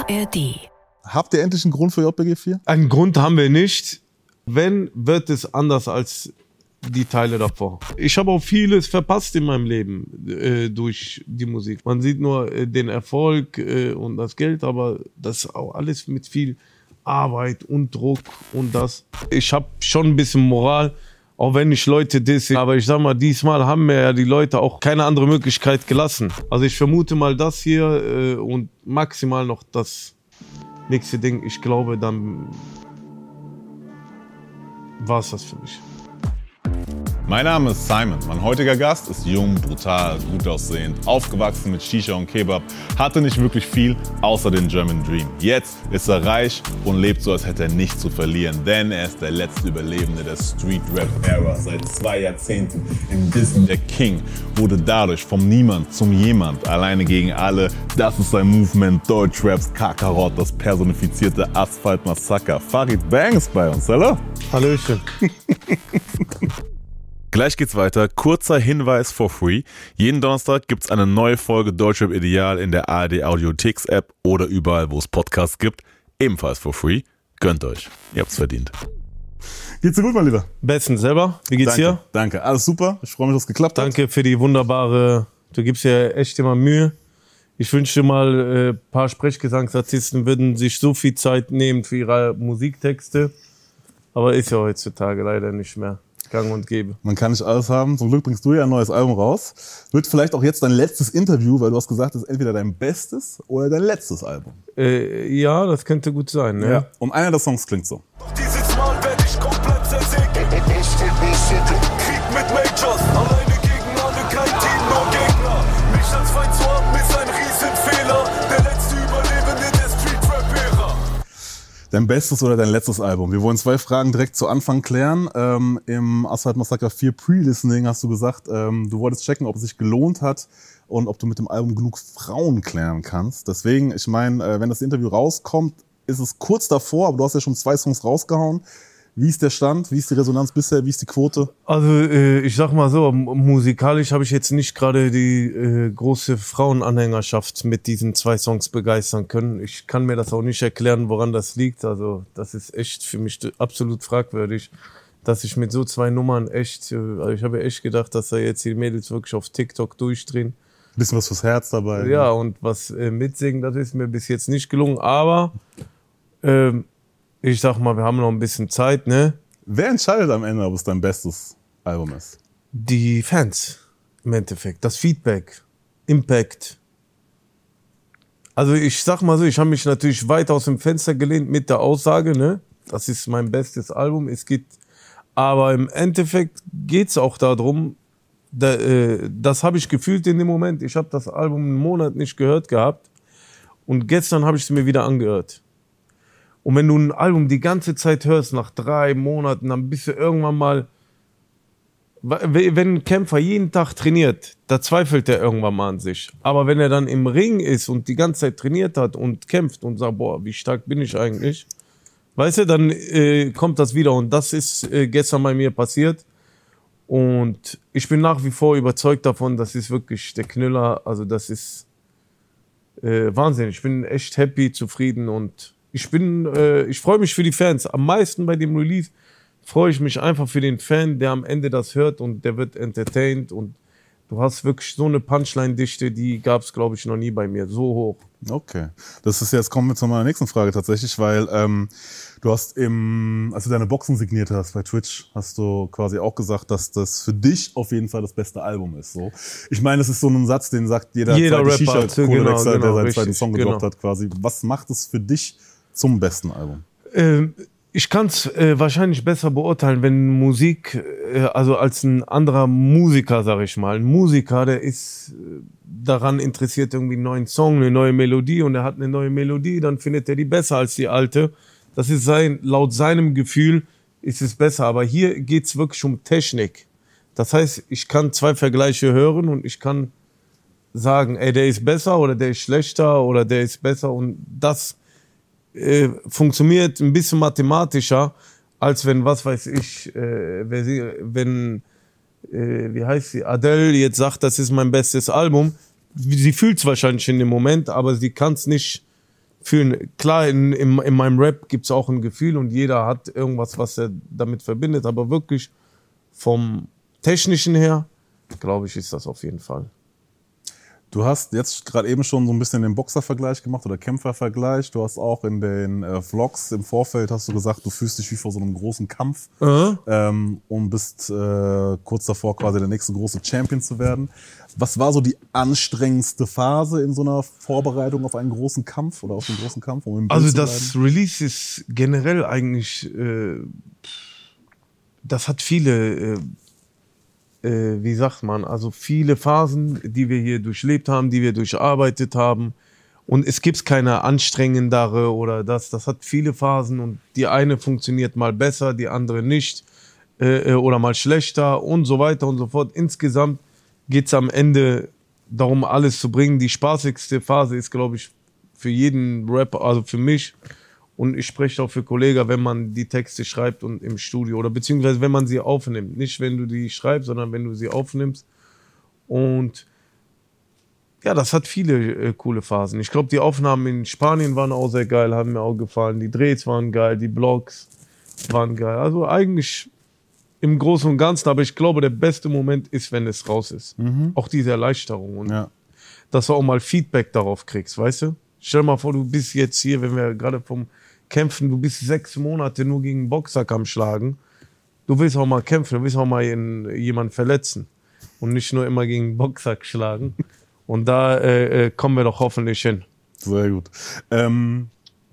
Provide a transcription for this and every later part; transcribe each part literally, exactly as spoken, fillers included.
A R D. Habt ihr endlich einen Grund für J B G vier? Einen Grund haben wir nicht. Wenn, wird es anders als die Teile davor. Ich habe auch vieles verpasst in meinem Leben äh, durch die Musik. Man sieht nur äh, den Erfolg äh, und das Geld, aber das ist auch alles mit viel Arbeit und Druck und das. Ich habe schon ein bisschen Moral, auch wenn ich Leute disse. Aber ich sag mal, diesmal haben mir ja die Leute auch keine andere Möglichkeit gelassen. Also ich vermute mal das hier äh, und maximal noch das nächste Ding. Ich glaube, dann war es das für mich. Mein Name ist Simon. Mein heutiger Gast ist jung, brutal, gut aussehend, aufgewachsen mit Shisha und Kebab, hatte nicht wirklich viel außer den German Dream. Jetzt ist er reich und lebt so, als hätte er nichts zu verlieren, denn er ist der letzte Überlebende der Street-Rap-Ära. Seit zwei Jahrzehnten im Business. Der King wurde dadurch vom Niemand zum Jemand, alleine gegen alle. Das ist sein Movement, Deutschraps Kakarott, das personifizierte Asphalt-Massaker. Farid Bang ist bei uns, hallo? Hallöchen. Gleich geht's weiter. Kurzer Hinweis for free. Jeden Donnerstag gibt's eine neue Folge Deutschrap Ideal in der A R D Audiotheks App oder überall, wo es Podcasts gibt. Ebenfalls for free. Gönnt euch. Ihr habt's verdient. Geht's dir gut, mein Lieber? Besten selber. Wie geht's Danke, dir? Danke. Alles super. Ich freue mich, dass es geklappt hat. Danke für die wunderbare, du gibst ja echt immer Mühe. Ich wünschte mal, ein äh, paar Sprechgesangsartisten würden sich so viel Zeit nehmen für ihre Musiktexte. Aber ist ja heutzutage leider nicht mehr gang und gäbe. Man kann nicht alles haben. Zum Glück bringst du ja ein neues Album raus. Wird vielleicht auch jetzt dein letztes Interview, weil du hast gesagt, es ist entweder dein bestes oder dein letztes Album. Äh, ja, das könnte gut sein. Ne? Ja. Und einer der Songs klingt so. Doch dieses Mal werd ich komplett zersägt. Krieg mit Majors, alleine gegen alle, kein Team, nur Gegner. Mich als Feind zu haben ist ein Riesenfehler. Der letzte Überlebende der Street-Rap-Ära. Dein bestes oder dein letztes Album? Wir wollen zwei Fragen direkt zu Anfang klären. Ähm, Im Asphalt Massaker vier Pre-Listening hast du gesagt, ähm, du wolltest checken, ob es sich gelohnt hat und ob du mit dem Album genug Frauen klären kannst. Deswegen, ich meine, äh, wenn das Interview rauskommt, ist es kurz davor, aber du hast ja schon zwei Songs rausgehauen. Wie ist der Stand? Wie ist die Resonanz bisher? Wie ist die Quote? Also äh, ich sag mal so, musikalisch habe ich jetzt nicht gerade die äh, große Frauenanhängerschaft mit diesen zwei Songs begeistern können. Ich kann mir das auch nicht erklären, woran das liegt. Also das ist echt für mich absolut fragwürdig, dass ich mit so zwei Nummern echt, äh, also ich habe echt gedacht, dass da jetzt die Mädels wirklich auf TikTok durchdrehen. Bisschen was fürs Herz dabei. Ja, und was äh, mitsingen, das ist mir bis jetzt nicht gelungen. Aber ähm, ich sag mal, wir haben noch ein bisschen Zeit, ne? Wer entscheidet am Ende, ob es dein bestes Album ist? Die Fans im Endeffekt, das Feedback, Impact. Also ich sag mal so, ich habe mich natürlich weit aus dem Fenster gelehnt mit der Aussage, ne? Das ist mein bestes Album. Es geht, aber im Endeffekt geht's auch darum, da, äh, das habe ich gefühlt in dem Moment. Ich habe das Album einen Monat nicht gehört gehabt und gestern habe ich es mir wieder angehört. Und wenn du ein Album die ganze Zeit hörst, nach drei Monaten, dann bist du irgendwann mal, wenn ein Kämpfer jeden Tag trainiert, da zweifelt er irgendwann mal an sich. Aber wenn er dann im Ring ist und die ganze Zeit trainiert hat und kämpft und sagt, boah, wie stark bin ich eigentlich, weißt du, dann äh, kommt das wieder. Und das ist äh, gestern bei mir passiert. Und ich bin nach wie vor überzeugt davon, das ist wirklich der Knüller. Also das ist äh, Wahnsinn. Ich bin echt happy, zufrieden und Ich bin, äh, ich freue mich für die Fans. Am meisten bei dem Release freue ich mich einfach für den Fan, der am Ende das hört und der wird entertained. Und du hast wirklich so eine Punchline-Dichte, die gab es, glaube ich, noch nie bei mir. So hoch. Okay. Das ist jetzt, kommen wir zu meiner nächsten Frage tatsächlich, weil ähm, du hast im, als du deine Boxen signiert hast bei Twitch, hast du quasi auch gesagt, dass das für dich auf jeden Fall das beste Album ist. So. Ich meine, es ist so ein Satz, den sagt jeder, jeder zweite Rapper, Shisha-Kohlewechsel, genau, genau, der seinen richtig, zweiten Song gedroppt genau. hat quasi. Was macht es für dich zum besten Album? Ähm, ich kann es äh, wahrscheinlich besser beurteilen, wenn Musik, äh, also als ein anderer Musiker, sag ich mal. Ein Musiker, der ist äh, daran interessiert, irgendwie einen neuen Song, eine neue Melodie und er hat eine neue Melodie, dann findet er die besser als die alte. Das ist sein, laut seinem Gefühl ist es besser. Aber hier geht's wirklich um Technik. Das heißt, ich kann zwei Vergleiche hören und ich kann sagen, ey, der ist besser oder der ist schlechter oder der ist besser und das Äh, funktioniert ein bisschen mathematischer, als wenn, was weiß ich, äh, wenn, äh, wie heißt sie, Adele jetzt sagt, das ist mein bestes Album. Sie fühlt es wahrscheinlich in dem Moment, aber sie kann es nicht fühlen. Klar, in, in, in meinem Rap gibt's auch ein Gefühl und jeder hat irgendwas, was er damit verbindet, aber wirklich vom Technischen her, glaube ich, ist das auf jeden Fall. Du hast jetzt gerade eben schon so ein bisschen den Boxer-Vergleich gemacht oder Kämpfer-Vergleich. Du hast auch in den äh, Vlogs im Vorfeld hast du gesagt, du fühlst dich wie vor so einem großen Kampf Uh-huh. ähm, und bist äh, kurz davor, quasi der nächste große Champion zu werden. Was war so die anstrengendste Phase in so einer Vorbereitung auf einen großen Kampf oder auf den großen Kampf? Um im Bild Also zu das bleiben? Release ist generell eigentlich, äh, das hat viele, äh, äh, wie sagt man, also viele Phasen, die wir hier durchlebt haben, die wir durcharbeitet haben. Und es gibt keine anstrengendere oder das, das hat viele Phasen und die eine funktioniert mal besser, die andere nicht äh, oder mal schlechter und so weiter und so fort. Insgesamt geht es am Ende darum, alles zu bringen. Die spaßigste Phase ist, glaube ich, für jeden Rapper, also für mich und ich spreche auch für Kollegen, wenn man die Texte schreibt und im Studio oder beziehungsweise wenn man sie aufnimmt. Nicht, wenn du die schreibst, sondern wenn du sie aufnimmst. Und ja, das hat viele äh, coole Phasen. Ich glaube, die Aufnahmen in Spanien waren auch sehr geil, haben mir auch gefallen. Die Drehs waren geil, die Vlogs waren geil. Also eigentlich im Großen und Ganzen, aber ich glaube, der beste Moment ist, wenn es raus ist. Mhm. Auch diese Erleichterung und Ja. dass du auch mal Feedback darauf kriegst, weißt du? Stell dir mal vor, du bist jetzt hier, wenn wir gerade vom Kämpfen, du bist sechs Monate nur gegen einen Boxsack am Schlagen. Du willst auch mal kämpfen, du willst auch mal in, jemanden verletzen und nicht nur immer gegen einen Boxsack schlagen. Und da äh, äh, kommen wir doch hoffentlich hin. Sehr gut. Ähm,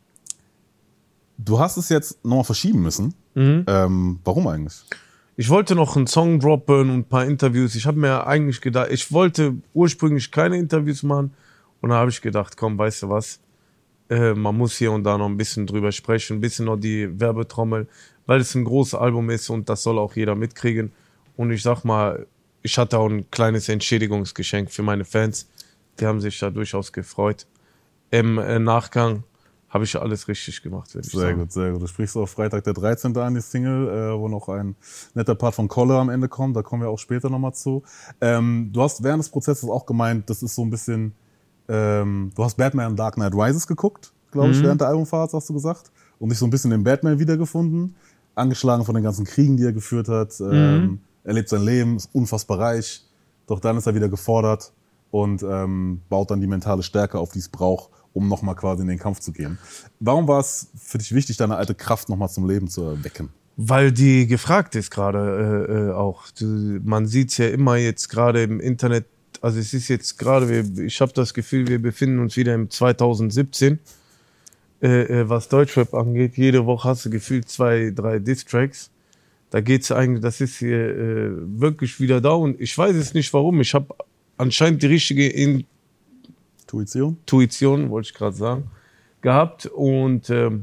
du hast es jetzt nochmal verschieben müssen. Mhm. Ähm, warum eigentlich? Ich wollte noch einen Song droppen und ein paar Interviews. Ich habe mir eigentlich gedacht, ich wollte ursprünglich keine Interviews machen. Und da habe ich gedacht, komm, weißt du was, äh, man muss hier und da noch ein bisschen drüber sprechen, ein bisschen noch die Werbetrommel, weil es ein großes Album ist und das soll auch jeder mitkriegen. Und ich sag mal, ich hatte auch ein kleines Entschädigungsgeschenk für meine Fans. Die haben sich da durchaus gefreut. Im äh, Nachgang habe ich alles richtig gemacht, würde ich Sehr sagen. gut, sehr gut. Du sprichst auf Freitag der dreizehnte an, die Single, äh, wo noch ein netter Part von Kolle am Ende kommt. Da kommen wir auch später nochmal zu. Ähm, du hast während des Prozesses auch gemeint, das ist so ein bisschen, ähm, du hast Batman Dark Knight Rises geguckt, glaube ich, Mhm. während der Albumphase, hast du gesagt. Und dich so ein bisschen in Batman wiedergefunden. Angeschlagen von den ganzen Kriegen, die er geführt hat. Ähm, Mhm. Er lebt sein Leben, ist unfassbar reich. Doch dann ist er wieder gefordert und ähm, baut dann die mentale Stärke auf, die es braucht, um nochmal quasi in den Kampf zu gehen. Warum war es für dich wichtig, deine alte Kraft nochmal zum Leben zu erwecken? Weil die gefragt ist gerade äh, äh, auch. Du, man sieht es ja immer jetzt gerade im Internet. Also es ist jetzt gerade, wir- ich habe das Gefühl, wir befinden uns wieder im zweitausendsiebzehn, äh, äh, was Deutschrap angeht. Jede Woche hast du gefühlt zwei, drei Diss-Tracks. Da geht's eigentlich, das ist hier äh, wirklich wieder da und ich weiß es nicht warum. Ich habe anscheinend die richtige Intuition? Intuition, wollte ich gerade sagen, gehabt und ähm,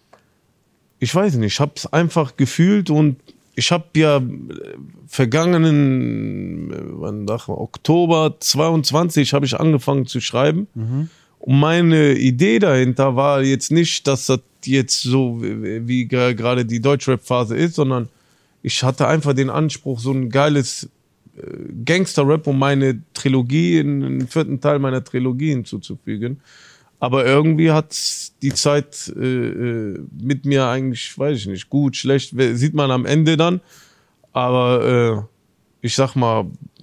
ich weiß nicht, ich habe es einfach gefühlt und ich habe ja äh, vergangenen, äh, wann dachte man, Oktober zweiundzwanzig habe ich angefangen zu schreiben und meine Idee dahinter war jetzt nicht, dass das jetzt so wie, wie gra- gerade die Deutschrap-Phase ist, sondern ich hatte einfach den Anspruch, so ein geiles Gangster-Rap, um meine Trilogie, in den vierten Teil meiner Trilogie hinzuzufügen. Aber irgendwie hat die Zeit äh, äh, mit mir eigentlich, weiß ich nicht, gut, schlecht, we- sieht man am Ende dann. Aber äh, ich sag mal,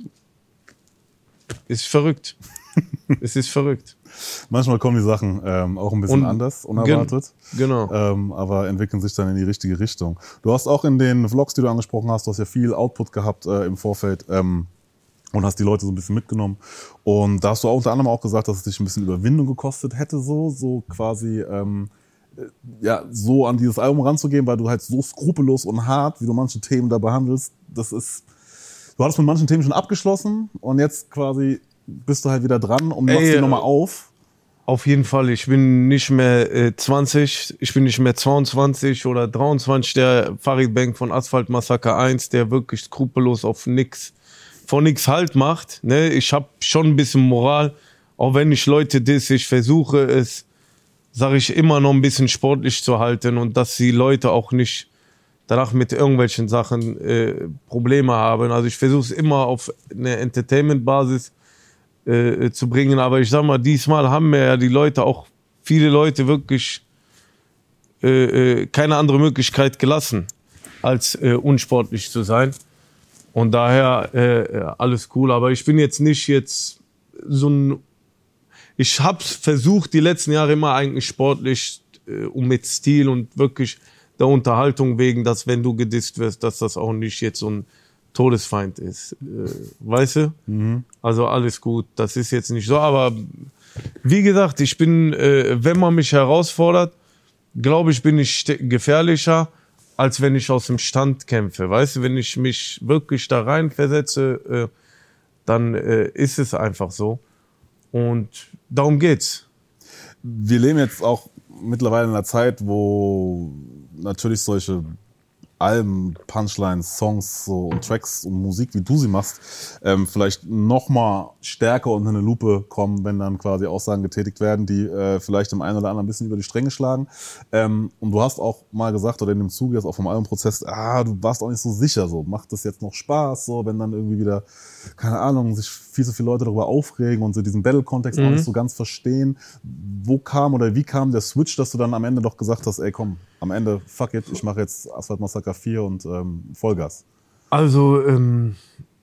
ist verrückt. Es ist verrückt. Manchmal kommen die Sachen ähm, auch ein bisschen Und anders, unerwartet. Genau. Ähm, aber entwickeln sich dann in die richtige Richtung. Du hast auch in den Vlogs, die du angesprochen hast, du hast ja viel Output gehabt äh, im Vorfeld ähm, und hast die Leute so ein bisschen mitgenommen. Und da hast du auch unter anderem auch gesagt, dass es dich ein bisschen Überwindung gekostet hätte, so, so quasi ähm, äh, ja, so an dieses Album ranzugehen, weil du halt so skrupellos und hart, wie du manche Themen da behandelst, das ist, du hattest mit manchen Themen schon abgeschlossen und jetzt quasi bist du halt wieder dran und machst Ey, die äh, nochmal auf. Auf jeden Fall, ich bin nicht mehr äh, zwanzig, ich bin nicht mehr zweiundzwanzig oder dreiundzwanzig, der Farid Bang von Asphalt Massaker eins, der wirklich skrupellos auf nix, von nix Halt macht. Ne? Ich habe schon ein bisschen Moral, auch wenn ich Leute diss, ich versuche es, sage ich, immer noch ein bisschen sportlich zu halten und dass die Leute auch nicht danach mit irgendwelchen Sachen äh, Probleme haben. Also ich versuche es immer auf eine Entertainment-Basis äh, zu bringen. Aber ich sag mal, diesmal haben mir ja die Leute auch viele Leute wirklich äh, äh, keine andere Möglichkeit gelassen, als äh, unsportlich zu sein. Und daher äh, alles cool. Aber ich bin jetzt nicht jetzt so ein... Ich habe versucht, die letzten Jahre immer eigentlich sportlich äh, und mit Stil und wirklich der Unterhaltung wegen, dass wenn du gedisst wirst, dass das auch nicht jetzt so ein Todesfeind ist. Äh, weißt du? Mhm. Also alles gut. Das ist jetzt nicht so. Aber wie gesagt, ich bin, äh, wenn man mich herausfordert, glaube ich, bin ich gefährlicher, als wenn ich aus dem Stand kämpfe. Weißt du, wenn ich mich wirklich da rein versetze, äh, dann äh, ist es einfach so. Und darum geht's. Wir leben jetzt auch mittlerweile in einer Zeit, wo natürlich solche Alben, Punchlines, Songs so, und Tracks und Musik, wie du sie machst, ähm, vielleicht noch mal stärker unter eine Lupe kommen, wenn dann quasi Aussagen getätigt werden, die äh, vielleicht dem einen oder anderen ein bisschen über die Stränge schlagen. Ähm, und du hast auch mal gesagt, oder in dem Zuge jetzt auch vom Albumprozess, ah, du warst auch nicht so sicher, so macht das jetzt noch Spaß, so wenn dann irgendwie wieder, keine Ahnung, sich viel zu viele Leute darüber aufregen und so diesen Battle-Kontext mhm. auch nicht so ganz verstehen. Wo kam oder wie kam der Switch, dass du dann am Ende doch gesagt hast, ey komm, am Ende, fuck it, ich mache jetzt Asphalt Massaker vier und ähm, Vollgas? Also, ähm,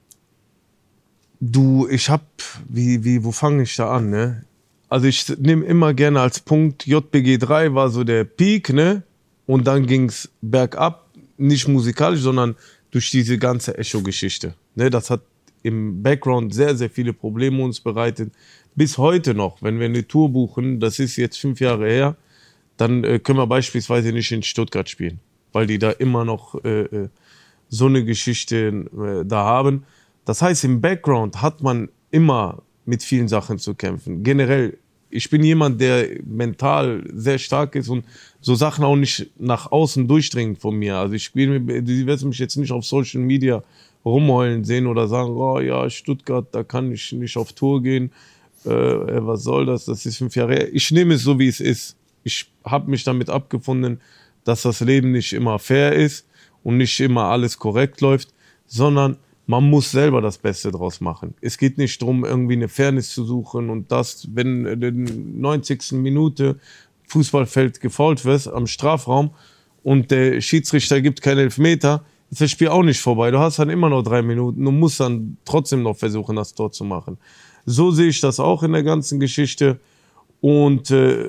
du, ich hab, wie, wie, wo fange ich da an, ne? Also ich nehme immer gerne als Punkt, J B G drei war so der Peak, ne? Und dann ging's bergab, nicht musikalisch, sondern durch diese ganze Echo-Geschichte. Ne? Das hat im Background sehr, sehr viele Probleme uns bereitet. Bis heute noch, wenn wir eine Tour buchen, das ist jetzt fünf Jahre her, dann äh, können wir beispielsweise nicht in Stuttgart spielen, weil die da immer noch äh, so eine Geschichte äh, da haben. Das heißt, im Background hat man immer mit vielen Sachen zu kämpfen. Generell, ich bin jemand, der mental sehr stark ist und so Sachen auch nicht nach außen durchdringen von mir. Also ich spiele, du wirst mich jetzt nicht auf Social Media rumheulen sehen oder sagen, oh ja, Stuttgart, da kann ich nicht auf Tour gehen. Äh, was soll das? Das ist fünf Jahre her. Ich nehme es so, wie es ist. Ich habe mich damit abgefunden, dass das Leben nicht immer fair ist und nicht immer alles korrekt läuft, sondern man muss selber das Beste draus machen. Es geht nicht darum, irgendwie eine Fairness zu suchen und das, wenn in der neunzigsten Minute Fußballfeld gefoult wird am Strafraum und der Schiedsrichter gibt keinen Elfmeter, ist das Spiel auch nicht vorbei. Du hast dann immer noch drei Minuten und musst dann trotzdem noch versuchen, das Tor zu machen. So sehe ich das auch in der ganzen Geschichte. Und äh,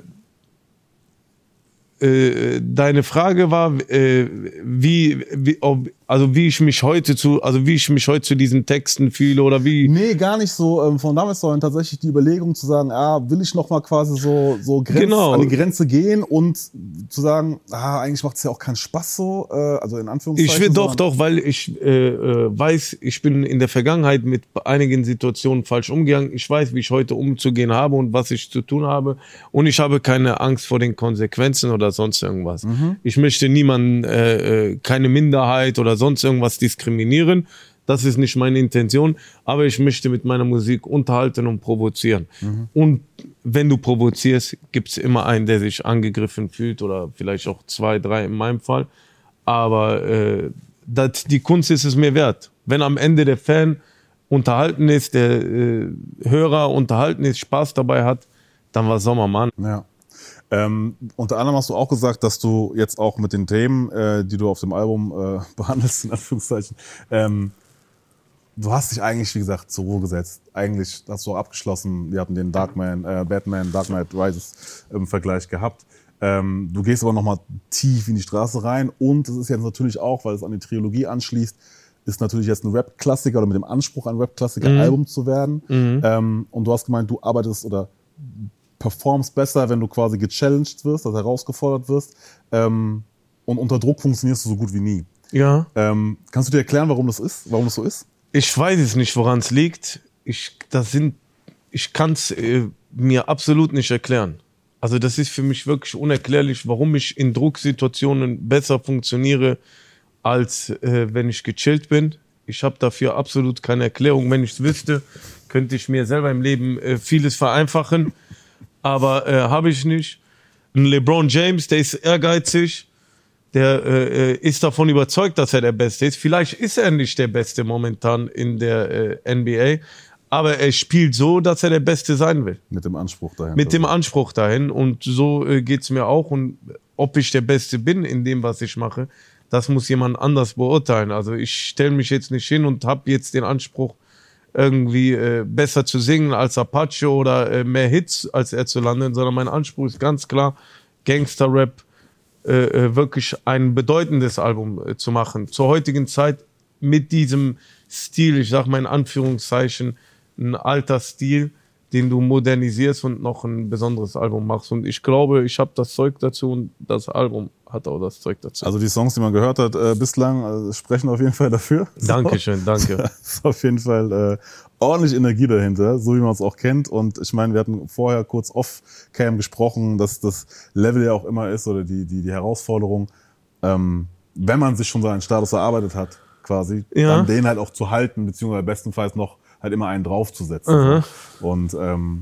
äh, deine Frage war, äh, wie, wie, ob, also wie ich mich heute zu, also wie ich mich heute zu diesen Texten fühle oder wie? Nee, gar nicht so. Ähm, von damals sondern tatsächlich die Überlegung zu sagen, ah, will ich noch mal quasi so so Grenz, genau. an die Grenze gehen und zu sagen, ah, eigentlich macht es ja auch keinen Spaß so, äh, also in Anführungszeichen. Ich will doch, doch, weil ich äh, äh, weiß, ich bin in der Vergangenheit mit einigen Situationen falsch umgegangen. Ich weiß, wie ich heute umzugehen habe und was ich zu tun habe und ich habe keine Angst vor den Konsequenzen oder sonst irgendwas. Mhm. Ich möchte niemanden, äh, keine Minderheit oder sonst irgendwas diskriminieren. Das ist nicht meine Intention, aber ich möchte mit meiner Musik unterhalten und provozieren. Mhm. Und wenn du provozierst, gibt es immer einen, der sich angegriffen fühlt oder vielleicht auch zwei, drei in meinem Fall. Aber äh, das, die Kunst ist es mir wert. Wenn am Ende der Fan unterhalten ist, der äh, Hörer unterhalten ist, Spaß dabei hat, dann was soll man machen? Ja. Ähm, unter anderem hast du auch gesagt, dass du jetzt auch mit den Themen, äh, die du auf dem Album äh, behandelst, in Anführungszeichen, ähm, du hast dich eigentlich, wie gesagt, zur Ruhe gesetzt. Eigentlich hast du auch abgeschlossen, wir hatten den Darkman, äh, Batman, Dark Knight Rises im Vergleich gehabt. Ähm, du gehst aber nochmal tief in die Straße rein und es ist jetzt natürlich auch, weil es an die Trilogie anschließt, ist natürlich jetzt ein Rap-Klassiker oder mit dem Anspruch, ein Rap-Klassiker-Album mhm. zu werden. Mhm. Ähm, und du hast gemeint, du arbeitest oder performst besser, wenn du quasi gechallenged wirst, also herausgefordert wirst. Ähm, und unter Druck funktionierst du so gut wie nie. Ja. Ähm, kannst du dir erklären, warum das ist? Warum das so ist? Ich weiß es nicht, woran es liegt. Ich, das sind, ich kann es äh, mir absolut nicht erklären. Also das ist für mich wirklich unerklärlich, warum ich in Drucksituationen besser funktioniere, als äh, wenn ich gechillt bin. Ich habe dafür absolut keine Erklärung. Wenn ich es wüsste, könnte ich mir selber im Leben äh, vieles vereinfachen. Aber äh, habe ich nicht. Ein LeBron James, der ist ehrgeizig, der äh, ist davon überzeugt, dass er der Beste ist. Vielleicht ist er nicht der Beste momentan in der äh, N B A, Aber er spielt so, dass er der Beste sein will. Mit dem Anspruch dahin. Mit dem Anspruch dahin. Und so äh, geht's mir auch. Und ob ich der Beste bin in dem, was ich mache, das muss jemand anders beurteilen. Also ich stelle mich jetzt nicht hin und habe jetzt den Anspruch, irgendwie äh, besser zu singen als Apache oder äh, mehr Hits als er zu landen, sondern mein Anspruch ist ganz klar, Gangster-Rap, äh, äh, wirklich ein bedeutendes Album äh, zu machen. Zur heutigen Zeit mit diesem Stil, ich sag mal in Anführungszeichen, ein alter Stil, den du modernisierst und noch ein besonderes Album machst. Und ich glaube, ich habe das Zeug dazu und das Album hat auch das Zeug dazu. Also die Songs, die man gehört hat äh, bislang, äh, sprechen auf jeden Fall dafür. Dankeschön, danke. Da ist auf jeden Fall äh, ordentlich Energie dahinter, so wie man es auch kennt. Und ich meine, wir hatten vorher kurz off-cam gesprochen, dass das Level ja auch immer ist oder die, die, die Herausforderung, ähm, wenn man sich schon seinen Status erarbeitet hat, quasi, ja. dann den halt auch zu halten, beziehungsweise bestenfalls noch halt immer einen draufzusetzen. Mhm. Und ähm,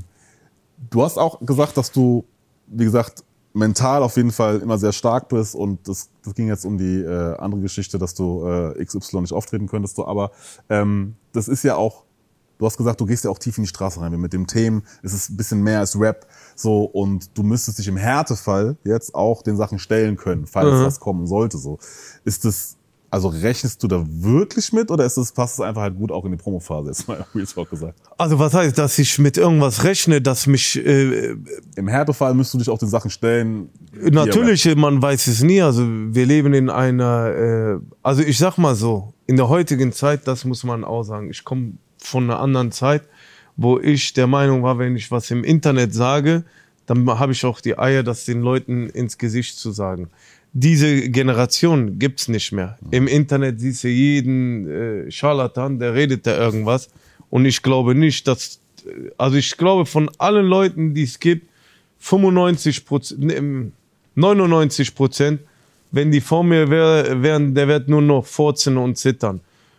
du hast auch gesagt, dass du, wie gesagt, mental auf jeden Fall immer sehr stark bist und das, das ging jetzt um die äh, andere Geschichte, dass du äh, X Y nicht auftreten könntest, du, aber ähm, das ist ja auch, du hast gesagt, du gehst ja auch tief in die Straße rein, mit dem Themen, es ist ein bisschen mehr als Rap, so, und du müsstest dich im Härtefall jetzt auch den Sachen stellen können, falls mhm. was kommen sollte, so. Ist das, also rechnest du da wirklich mit oder ist das, passt es einfach halt gut auch in die Promophase, jetzt mal Real Talk gesagt? Also was heißt, dass ich mit irgendwas rechne, dass mich... Äh, Im Härtefall müsst du dich auch den Sachen stellen. Natürlich, man weiß es nie. Also wir leben in einer... Äh, also ich sag mal so, in der heutigen Zeit, das muss man auch sagen, ich komme von einer anderen Zeit, wo ich der Meinung war, wenn ich was im Internet sage, dann habe ich auch die Eier, das den Leuten ins Gesicht zu sagen. Diese Generation gibt's nicht mehr. Im Internet siehst du jeden äh, Scharlatan, der redet da irgendwas. Und ich glaube nicht, dass, also ich glaube von allen Leuten, die es gibt, fünfundneunzig Prozent, neunundneunzig Prozent, wenn die vor mir wär, wären, der wird nur noch furzen und zittern.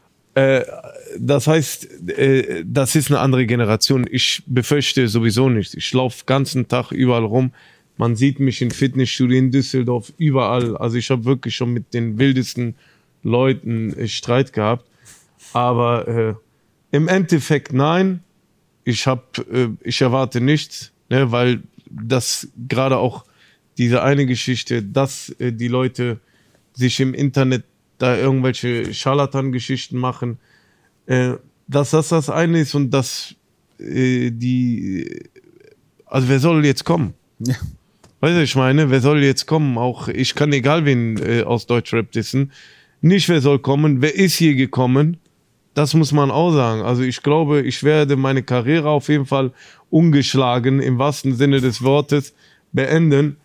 Äh, das heißt, äh, das ist eine andere Generation. Ich befürchte sowieso nicht. Ich laufe den ganzen Tag überall rum. Man sieht mich in Fitnessstudien in Düsseldorf, überall. Also ich habe wirklich schon mit den wildesten Leuten äh, Streit gehabt. Aber äh, im Endeffekt nein. Ich hab, äh, ich erwarte nichts, ne, weil das gerade auch diese eine Geschichte, dass äh, die Leute sich im Internet da irgendwelche Scharlatan-Geschichten machen, äh, dass das das eine ist und dass äh, die, also wer soll jetzt kommen? Ja. Weißt du, ich meine, wer soll jetzt kommen? Auch ich kann egal wen äh, aus Deutschrap dissen. Nicht wer soll kommen, wer ist hier gekommen? Das muss man auch sagen. Also ich glaube, ich werde meine Karriere auf jeden Fall ungeschlagen, im wahrsten Sinne des Wortes, beenden.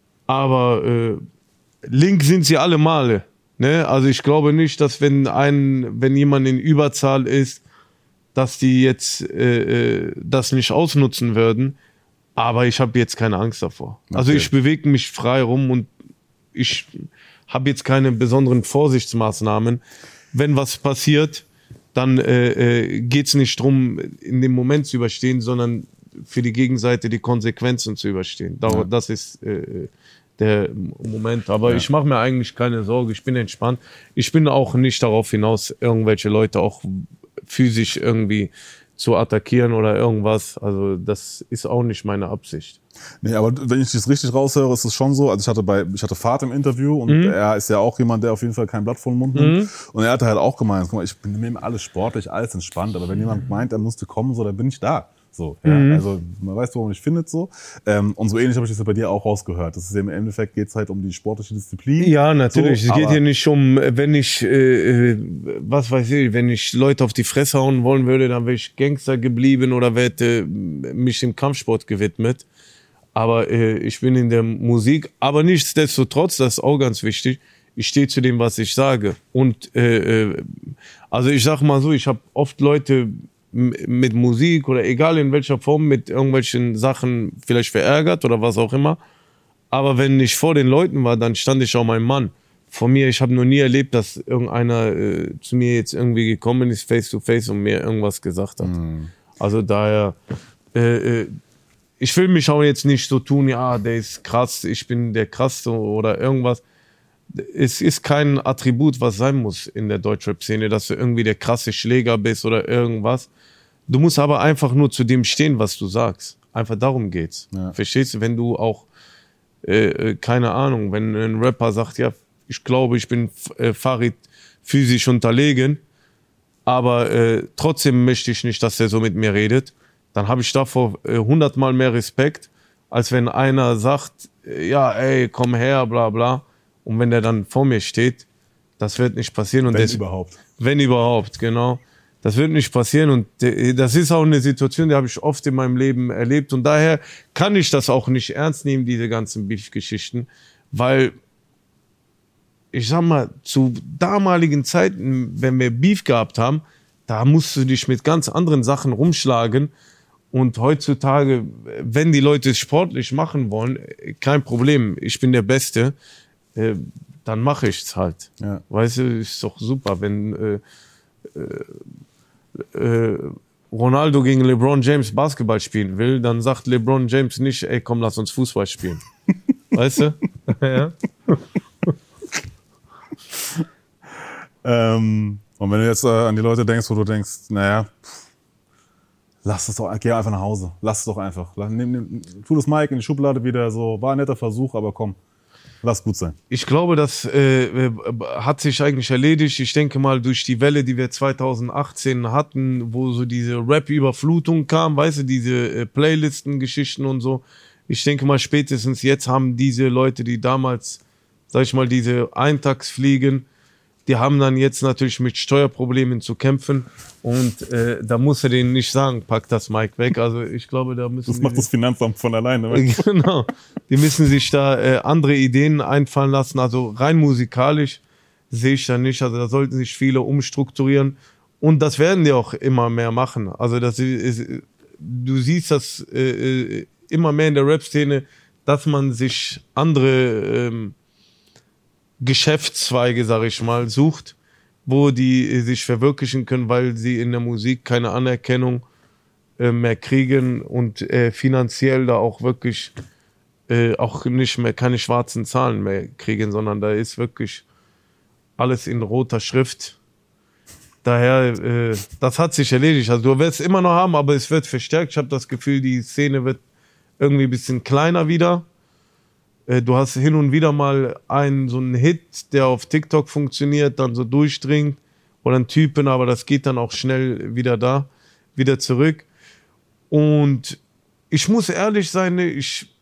Aber äh, link sind sie alle Male. Ne? Also ich glaube nicht, dass wenn ein, wenn jemand in Überzahl ist, dass die jetzt äh, das nicht ausnutzen würden. Aber ich habe jetzt keine Angst davor. Okay. Also ich bewege mich frei rum und ich habe jetzt keine besonderen Vorsichtsmaßnahmen. Wenn was passiert, dann äh, äh, geht es nicht darum, in dem Moment zu überstehen, sondern für die Gegenseite die Konsequenzen zu überstehen. Ja. Das ist äh, der Moment. Aber ja. Ich mache mir eigentlich keine Sorge, ich bin entspannt. Ich bin auch nicht darauf hinaus, irgendwelche Leute auch physisch irgendwie zu attackieren oder irgendwas. Also das ist auch nicht meine Absicht. Nee, aber wenn ich das richtig raushöre, ist es schon so, also ich hatte bei, ich hatte Fahrt im Interview und mhm. er ist ja auch jemand, der auf jeden Fall kein Blatt vor den Mund nimmt. Mhm. Und er hatte halt auch gemeint, guck mal, ich bin mir alles sportlich, alles entspannt, aber wenn jemand meint, er musste kommen, so, dann bin ich da. So, ja, mhm. also man weiß, wo man mich findet, so. Ähm, und so ähnlich habe ich das ja bei dir auch rausgehört. Das ist ja im Endeffekt geht's halt um die sportliche Disziplin. Ja, natürlich. So, es geht hier nicht um, wenn ich, äh, was weiß ich, wenn ich Leute auf die Fresse hauen wollen würde, dann wäre ich Gangster geblieben oder hätte mich dem Kampfsport gewidmet. Aber äh, ich bin in der Musik. Aber nichtsdestotrotz, das ist auch ganz wichtig, ich stehe zu dem, was ich sage. Und äh, also ich sag mal so, ich habe oft Leute mit Musik oder egal in welcher Form mit irgendwelchen Sachen vielleicht verärgert oder was auch immer. Aber wenn ich vor den Leuten war, dann stand ich auch mein Mann. Von mir, ich habe noch nie erlebt, dass irgendeiner äh, zu mir jetzt irgendwie gekommen ist, face to face und mir irgendwas gesagt hat. Mhm. Also daher, äh, ich will mich auch jetzt nicht so tun, ja, der ist krass, ich bin der Krasse oder irgendwas. Es ist kein Attribut, was sein muss in der Deutschrap-Szene, dass du irgendwie der krasse Schläger bist oder irgendwas. Du musst aber einfach nur zu dem stehen, was du sagst. Einfach darum geht's. Ja. Verstehst du? Wenn du auch, äh, keine Ahnung, wenn ein Rapper sagt, ja, ich glaube, ich bin äh, Farid physisch unterlegen, aber äh, trotzdem möchte ich nicht, dass er so mit mir redet, dann habe ich davor äh, hundertmal mehr Respekt, als wenn einer sagt, äh, ja, ey, komm her, bla bla. Und wenn der dann vor mir steht, das wird nicht passieren. Und Wenn das, überhaupt. Wenn überhaupt, genau. Das wird nicht passieren und das ist auch eine Situation, die habe ich oft in meinem Leben erlebt und daher kann ich das auch nicht ernst nehmen, diese ganzen Beef-Geschichten, weil ich sag mal, zu damaligen Zeiten, wenn wir Beef gehabt haben, da musst du dich mit ganz anderen Sachen rumschlagen und heutzutage, wenn die Leute es sportlich machen wollen, kein Problem, ich bin der Beste, dann mache ich es halt. Ja. Weißt du, ist doch super, wenn äh, äh, Äh, Ronaldo gegen LeBron James Basketball spielen will, dann sagt LeBron James nicht, ey, komm, lass uns Fußball spielen. Weißt du? Ja. ähm, und wenn du jetzt äh, an die Leute denkst, wo du denkst, naja, pff, lass es doch, geh einfach nach Hause. Lass es doch einfach. Lass, nimm, nimm, tu das Mic in die Schublade wieder, so, war ein netter Versuch, aber komm. Lass gut sein. Ich glaube, das äh, hat sich eigentlich erledigt. Ich denke mal, durch die Welle, die wir zweitausendachtzehn hatten, wo so diese Rap-Überflutung kam, weißt du, diese äh, Playlisten-Geschichten und so. Ich denke mal, spätestens jetzt haben diese Leute, die damals, sag ich mal, diese Eintagsfliegen, die haben dann jetzt natürlich mit Steuerproblemen zu kämpfen. Und äh, da muss er denen nicht sagen, pack das Mic weg. Also ich glaube, da müssen Das macht das Finanzamt von alleine. Genau. Die müssen sich da äh, andere Ideen einfallen lassen. Also rein musikalisch sehe ich da nicht. Also da sollten sich viele umstrukturieren. Und das werden die auch immer mehr machen. Also das ist, du siehst das äh, immer mehr in der Rap-Szene, dass man sich andere ähm, Geschäftszweige, sag ich mal, sucht, wo die sich verwirklichen können, weil sie in der Musik keine Anerkennung äh, mehr kriegen und äh, finanziell da auch wirklich äh, auch nicht mehr keine schwarzen Zahlen mehr kriegen, sondern da ist wirklich alles in roter Schrift. Daher, äh, das hat sich erledigt. Also du wirst es immer noch haben, aber es wird verstärkt. Ich habe das Gefühl, die Szene wird irgendwie ein bisschen kleiner wieder. Du hast hin und wieder mal einen so einen Hit, der auf TikTok funktioniert, dann so durchdringt oder einen Typen, aber das geht dann auch schnell wieder da, wieder zurück. Und ich muss ehrlich sein, ich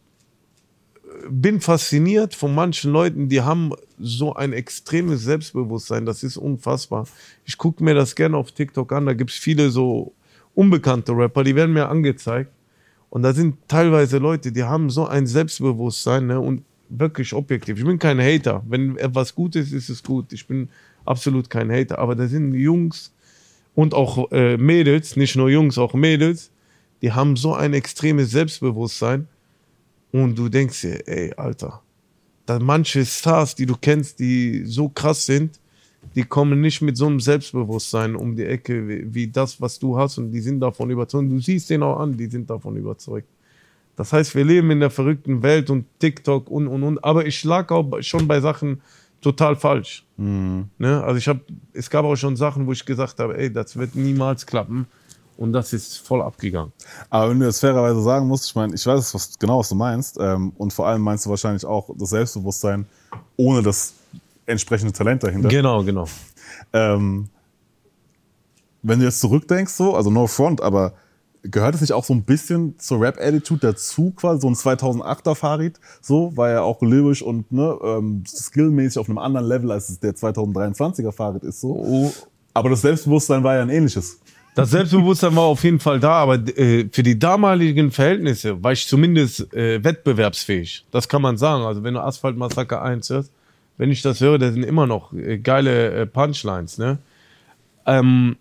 bin fasziniert von manchen Leuten, die haben so ein extremes Selbstbewusstsein, das ist unfassbar. Ich gucke mir das gerne auf TikTok an, da gibt es viele so unbekannte Rapper, die werden mir angezeigt. Und da sind teilweise Leute, die haben so ein Selbstbewusstsein, ne, und wirklich objektiv. Ich bin kein Hater. Wenn etwas gut ist, ist es gut. Ich bin absolut kein Hater. Aber da sind Jungs und auch äh, Mädels, nicht nur Jungs, auch Mädels, die haben so ein extremes Selbstbewusstsein. Und du denkst dir, ey, Alter, da manche Stars, die du kennst, die so krass sind, die kommen nicht mit so einem Selbstbewusstsein um die Ecke wie, wie das, was du hast, und die sind davon überzeugt. Du siehst den auch an, die sind davon überzeugt. Das heißt, wir leben in der verrückten Welt und TikTok und, und, und. Aber ich lag auch schon bei Sachen total falsch. Mhm. Ne? Also ich habe, es gab auch schon Sachen, wo ich gesagt habe, ey, das wird niemals klappen. Und das ist voll abgegangen. Aber wenn du jetzt fairerweise sagen musst, ich meine, ich weiß was, genau, was du meinst. Ähm, und vor allem meinst du wahrscheinlich auch das Selbstbewusstsein ohne das entsprechende Talent dahinter. Genau, genau. Ähm, wenn du jetzt zurückdenkst, so, also no front, aber gehört es nicht auch so ein bisschen zur Rap-Attitude dazu, quasi, so ein zweitausendachter Farid, so, war ja auch lyrisch und ne, ähm, skillmäßig auf einem anderen Level, als es der zweitausenddreiundzwanziger Farid ist, so. Oh. Aber das Selbstbewusstsein war ja ein ähnliches. Das Selbstbewusstsein war auf jeden Fall da, aber äh, für die damaligen Verhältnisse war ich zumindest äh, wettbewerbsfähig. Das kann man sagen. Also wenn du Asphalt Massaker eins hörst, wenn ich das höre, das sind immer noch äh, geile äh, Punchlines, ne? Ähm,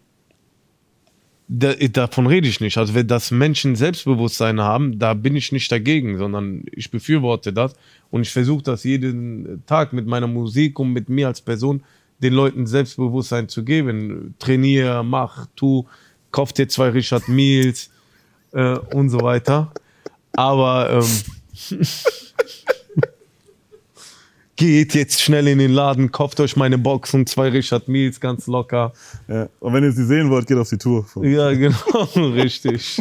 da, davon rede ich nicht. Also wenn das Menschen Selbstbewusstsein haben, da bin ich nicht dagegen, sondern ich befürworte das und ich versuche das jeden Tag mit meiner Musik und mit mir als Person den Leuten Selbstbewusstsein zu geben. Trainier, mach, tu, kauf dir zwei Richard Mille äh, und so weiter. Aber ähm, geht jetzt schnell in den Laden, kauft euch meine Boxen, zwei Richard Milles, ganz locker. Ja. Und wenn ihr sie sehen wollt, geht auf die Tour. Ja, genau, richtig.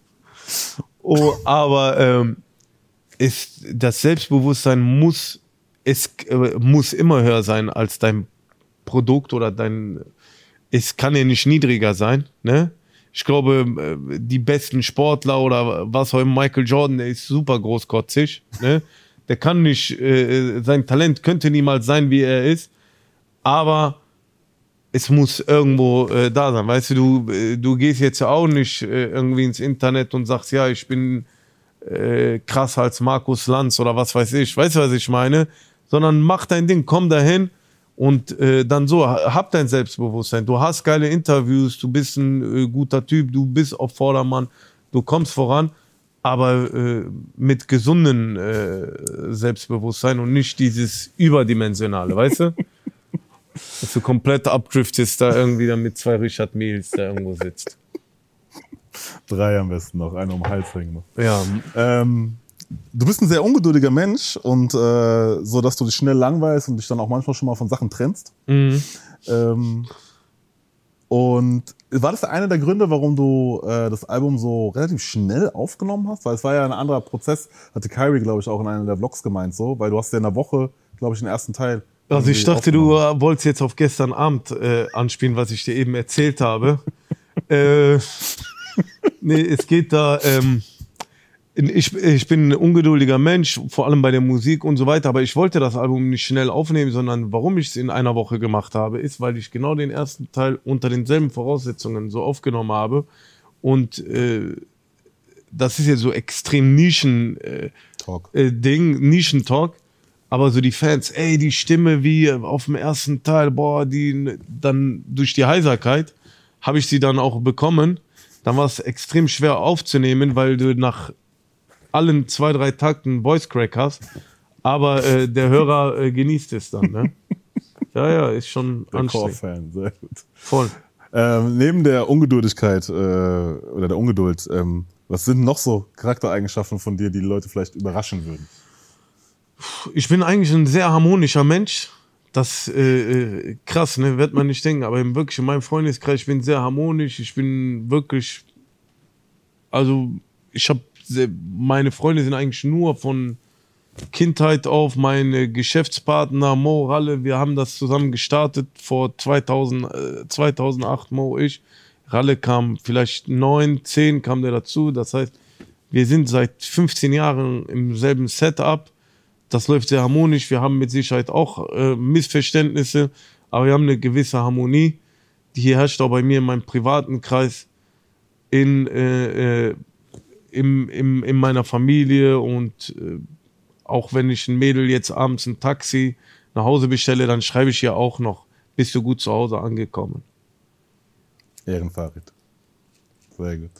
Oh, aber ähm, ist, das Selbstbewusstsein muss, es äh, muss immer höher sein als dein Produkt oder dein, es kann ja nicht niedriger sein, ne? Ich glaube, die besten Sportler oder was auch immer, Michael Jordan, der ist super großkotzig, ne? Der kann nicht, äh, sein Talent könnte niemals sein, wie er ist, aber es muss irgendwo äh, da sein. Weißt du, du, äh, du gehst jetzt ja auch nicht äh, irgendwie ins Internet und sagst, ja, ich bin äh, krasser als Markus Lanz oder was weiß ich. Weißt du, was ich meine? Sondern mach dein Ding, komm dahin und äh, dann so, hab dein Selbstbewusstsein. Du hast geile Interviews, du bist ein äh, guter Typ, du bist auf Vordermann, du kommst voran, aber äh, mit gesundem äh, Selbstbewusstsein und nicht dieses überdimensionale, weißt du? Dass du komplett abdriftest, da irgendwie dann mit zwei Richard Milles da irgendwo sitzt. Drei am besten noch, einer um den Hals hängen noch. Ja. Ähm, du bist ein sehr ungeduldiger Mensch und äh, so, dass du dich schnell langweilst und dich dann auch manchmal schon mal von Sachen trennst. Mhm. Ähm, und war das einer der Gründe, warum du äh, das Album so relativ schnell aufgenommen hast? Weil es war ja ein anderer Prozess, hatte Kyrie, glaube ich, auch in einem der Vlogs gemeint, so, weil du hast ja in einer Woche, glaube ich, den ersten Teil. Also ich dachte, du wolltest jetzt auf gestern Abend äh, anspielen, was ich dir eben erzählt habe. äh, nee, es geht da, ähm, ich, ich bin ein ungeduldiger Mensch, vor allem bei der Musik und so weiter, aber ich wollte das Album nicht schnell aufnehmen, sondern warum ich es in einer Woche gemacht habe, ist, weil ich genau den ersten Teil unter denselben Voraussetzungen so aufgenommen habe und äh, das ist jetzt so extrem Nischen äh, Talk. Äh, Ding, Nischentalk. Aber so die Fans, ey, die Stimme wie auf dem ersten Teil, boah, die dann durch die Heiserkeit habe ich sie dann auch bekommen. Dann war es extrem schwer aufzunehmen, weil du nach allen zwei, drei Takten Voice Crack hast. Aber äh, der Hörer äh, genießt es dann, ne? Ja, ja, ist schon der anstrengend. Core-Fan, sehr gut. Voll. Ähm, neben der Ungeduldigkeit äh, oder der Ungeduld, ähm, was sind noch so Charaktereigenschaften von dir, die die Leute vielleicht überraschen würden? Ich bin eigentlich ein sehr harmonischer Mensch. Das äh, krass, ne, wird man nicht denken. Aber wirklich in meinem Freundeskreis, ich bin sehr harmonisch. Ich bin wirklich, also ich habe, meine Freunde sind eigentlich nur von Kindheit auf. Meine Geschäftspartner Mo, Ralle, wir haben das zusammen gestartet vor zweitausend, äh, zweitausendacht, Mo, ich. Ralle kam vielleicht neun, zehn kam der dazu. Das heißt, wir sind seit fünfzehn Jahren im selben Setup. Das läuft sehr harmonisch. Wir haben mit Sicherheit auch äh, Missverständnisse, aber wir haben eine gewisse Harmonie, die hier herrscht auch bei mir in meinem privaten Kreis, in, äh, äh, im, im, in meiner Familie und äh, auch wenn ich ein Mädel jetzt abends ein Taxi nach Hause bestelle, dann schreibe ich ihr auch noch, bist du gut zu Hause angekommen. Ehrenfarid. Sehr gut.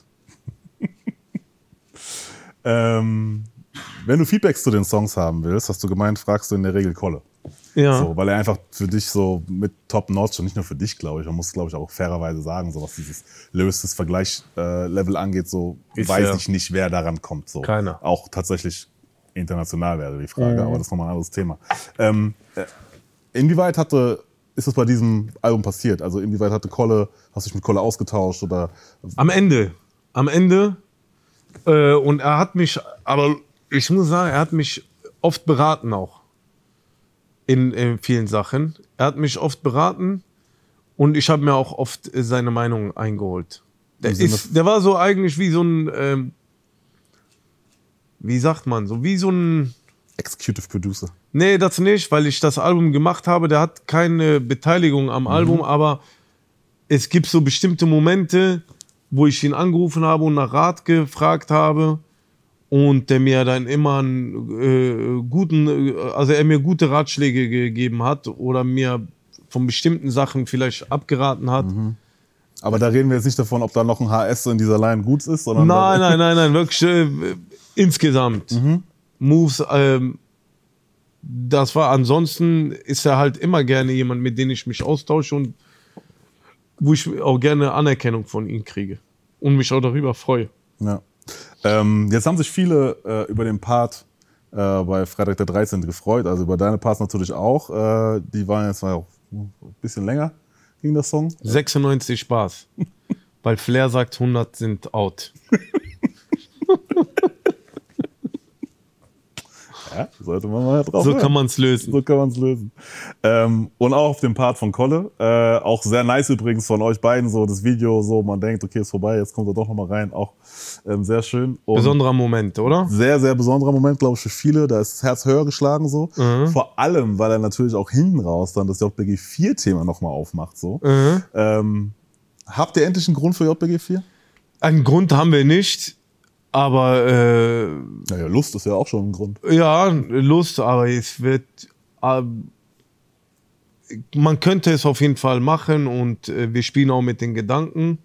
ähm... Wenn du Feedbacks zu den Songs haben willst, hast du gemeint, fragst du in der Regel Kolle. Ja. So, weil er einfach für dich so mit Top-Notch und nicht nur für dich, glaube ich, man muss, glaube ich, auch fairerweise sagen, so was dieses Lyrics Vergleich-Level äh, angeht, so ist weiß ja. ich nicht, wer daran kommt. So. Keiner. Auch tatsächlich international wäre die Frage, mhm. aber das ist nochmal ein anderes Thema. Ähm, äh, inwieweit hatte, ist das bei diesem Album passiert? Also inwieweit hatte Kolle, hast du dich mit Kolle ausgetauscht oder? Am Ende. Am Ende. Äh, und er hat mich, aber ich muss sagen, er hat mich oft beraten auch. In, in vielen Sachen. Er hat mich oft beraten und ich habe mir auch oft seine Meinung eingeholt. Der, ist, der war so eigentlich wie so ein, ähm, wie sagt man, so wie so ein... Executive Producer. Nee, das nicht, weil ich das Album gemacht habe. Der hat keine Beteiligung am mhm. Album, aber es gibt so bestimmte Momente, wo ich ihn angerufen habe und nach Rat gefragt habe. Und der mir dann immer einen äh, guten, also er mir gute Ratschläge gegeben hat oder mir von bestimmten Sachen vielleicht abgeraten hat. Mhm. Aber da reden wir jetzt nicht davon, ob da noch ein H S in dieser Line gut ist, sondern. Nein, nein, nein, nein, wirklich äh, insgesamt. Mhm. Moves, ähm, das war, ansonsten ist er halt immer gerne jemand, mit dem ich mich austausche und wo ich auch gerne Anerkennung von ihm kriege und mich auch darüber freue. Ja. Ähm, jetzt haben sich viele äh, über den Part äh, bei Freitag der dreizehnte gefreut. Also über deine Parts natürlich auch. Äh, die waren jetzt mal auch ein bisschen länger, ging der Song. sechsundneunzig Spaß. Weil Flair sagt, hundert sind out. Ja, sollte man mal drauf So hören. kann man es lösen. So kann man es lösen. Ähm, und auch auf dem Part von Kolle. Äh, auch sehr nice übrigens von euch beiden. So das Video, so man denkt, okay, ist vorbei, jetzt kommt er doch nochmal rein. Auch ähm, sehr schön. Und Besonderer Moment, oder? sehr, sehr besonderer Moment, glaube ich, für viele. Da ist das Herz höher geschlagen so. Mhm. Vor allem, weil er natürlich auch hinten raus dann das J B G vier Thema nochmal aufmacht. So. Mhm. Ähm, habt ihr endlich einen Grund für J B G vier? Einen Grund haben wir nicht, aber äh, Naja, Lust ist ja auch schon ein Grund. ja, Lust, aber es wird. Äh, man könnte es auf jeden Fall machen und äh, wir spielen auch mit den Gedanken.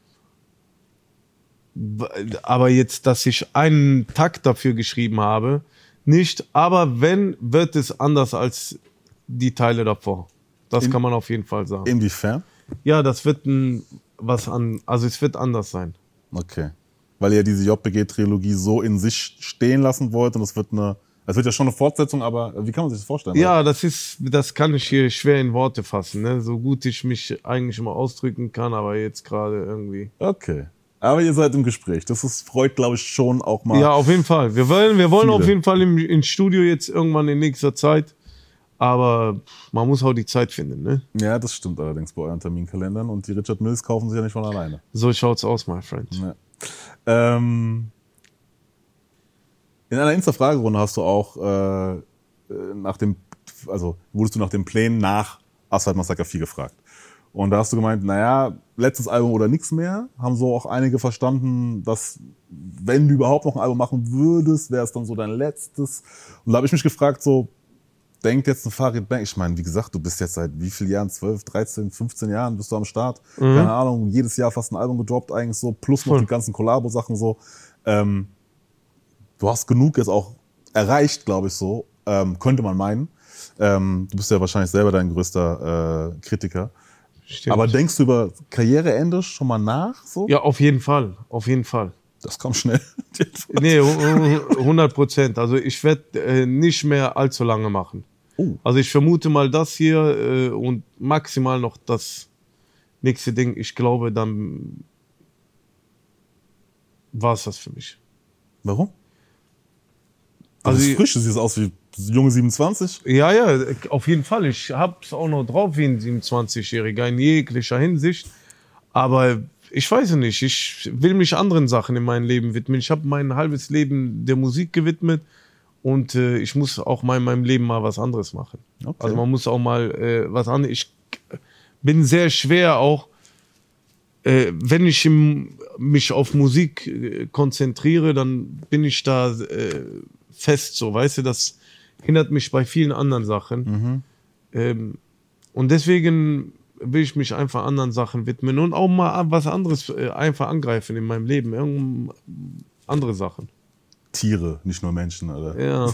Aber jetzt, dass ich einen Takt dafür geschrieben habe, nicht. Aber wenn, wird es anders als die Teile davor. Das In- kann man auf jeden Fall sagen. Inwiefern? Ja, das wird ein, was an, also es wird anders sein. Okay. Weil ihr diese J B G-Trilogie so in sich stehen lassen wollt und es wird eine, es wird ja schon eine Fortsetzung, aber wie kann man sich das vorstellen? Ja, das ist, das kann ich hier schwer in Worte fassen, ne? So gut ich mich eigentlich immer ausdrücken kann, aber jetzt gerade irgendwie. Okay. Aber ihr seid im Gespräch. Das ist, freut, glaube ich, schon auch mal. Ja, auf jeden Fall. Wir wollen, wir wollen Viele. auf jeden Fall im, ins Studio jetzt irgendwann in nächster Zeit. Aber man muss auch die Zeit finden, ne? Ja, das stimmt allerdings bei euren Terminkalendern. Und die Richard Mills kaufen sich ja nicht von alleine. So schaut's aus, my friend. Ja. Ähm, in einer Insta-Fragerunde hast du auch äh, äh, nach dem, also wurdest du nach den Plänen nach Asphalt Massaker vier gefragt. Und da hast du gemeint, naja, letztes Album oder nichts mehr. Haben so auch einige verstanden, dass wenn du überhaupt noch ein Album machen würdest, wäre es dann so dein letztes. Und da habe ich mich gefragt, so, denkt jetzt ein Farid Bang, ich meine, wie gesagt, du bist jetzt seit wie vielen Jahren, zwölf, dreizehn, fünfzehn Jahren bist du am Start. Mhm. Keine Ahnung, jedes Jahr fast ein Album gedroppt eigentlich so, plus noch Voll. die ganzen Collabo-Sachen so. Ähm, du hast genug jetzt auch erreicht, glaube ich so, ähm, könnte man meinen. Ähm, du bist ja wahrscheinlich selber dein größter äh, Kritiker. Stimmt. Aber denkst du über Karriereende schon mal nach? So? Ja, auf jeden Fall. Auf jeden Fall. Das kam schnell. Nee, hundert Prozent. Also ich werde äh, nicht mehr allzu lange machen. Oh. Also ich vermute mal das hier äh, und maximal noch das nächste Ding. Ich glaube, dann war es das für mich. Warum? Also Also ich- frisch, du siehst aus wie junge siebenundzwanzig. Ja, ja, auf jeden Fall. Ich hab's auch noch drauf wie ein siebenundzwanzigjähriger in jeglicher Hinsicht. Aber ich weiß nicht, ich will mich anderen Sachen in meinem Leben widmen. Ich habe mein halbes Leben der Musik gewidmet und äh, ich muss auch mal in meinem Leben mal was anderes machen. Okay. Also man muss auch mal äh, was anderes. Ich bin sehr schwer auch, äh, wenn ich im, mich auf Musik äh, konzentriere, dann bin ich da äh, fest so, weißt du, das hindert mich bei vielen anderen Sachen. Mhm. Ähm, und deswegen will ich mich einfach anderen Sachen widmen und auch mal was anderes äh, einfach angreifen in meinem Leben. Irgend andere Sachen. Tiere, nicht nur Menschen, oder? Ja.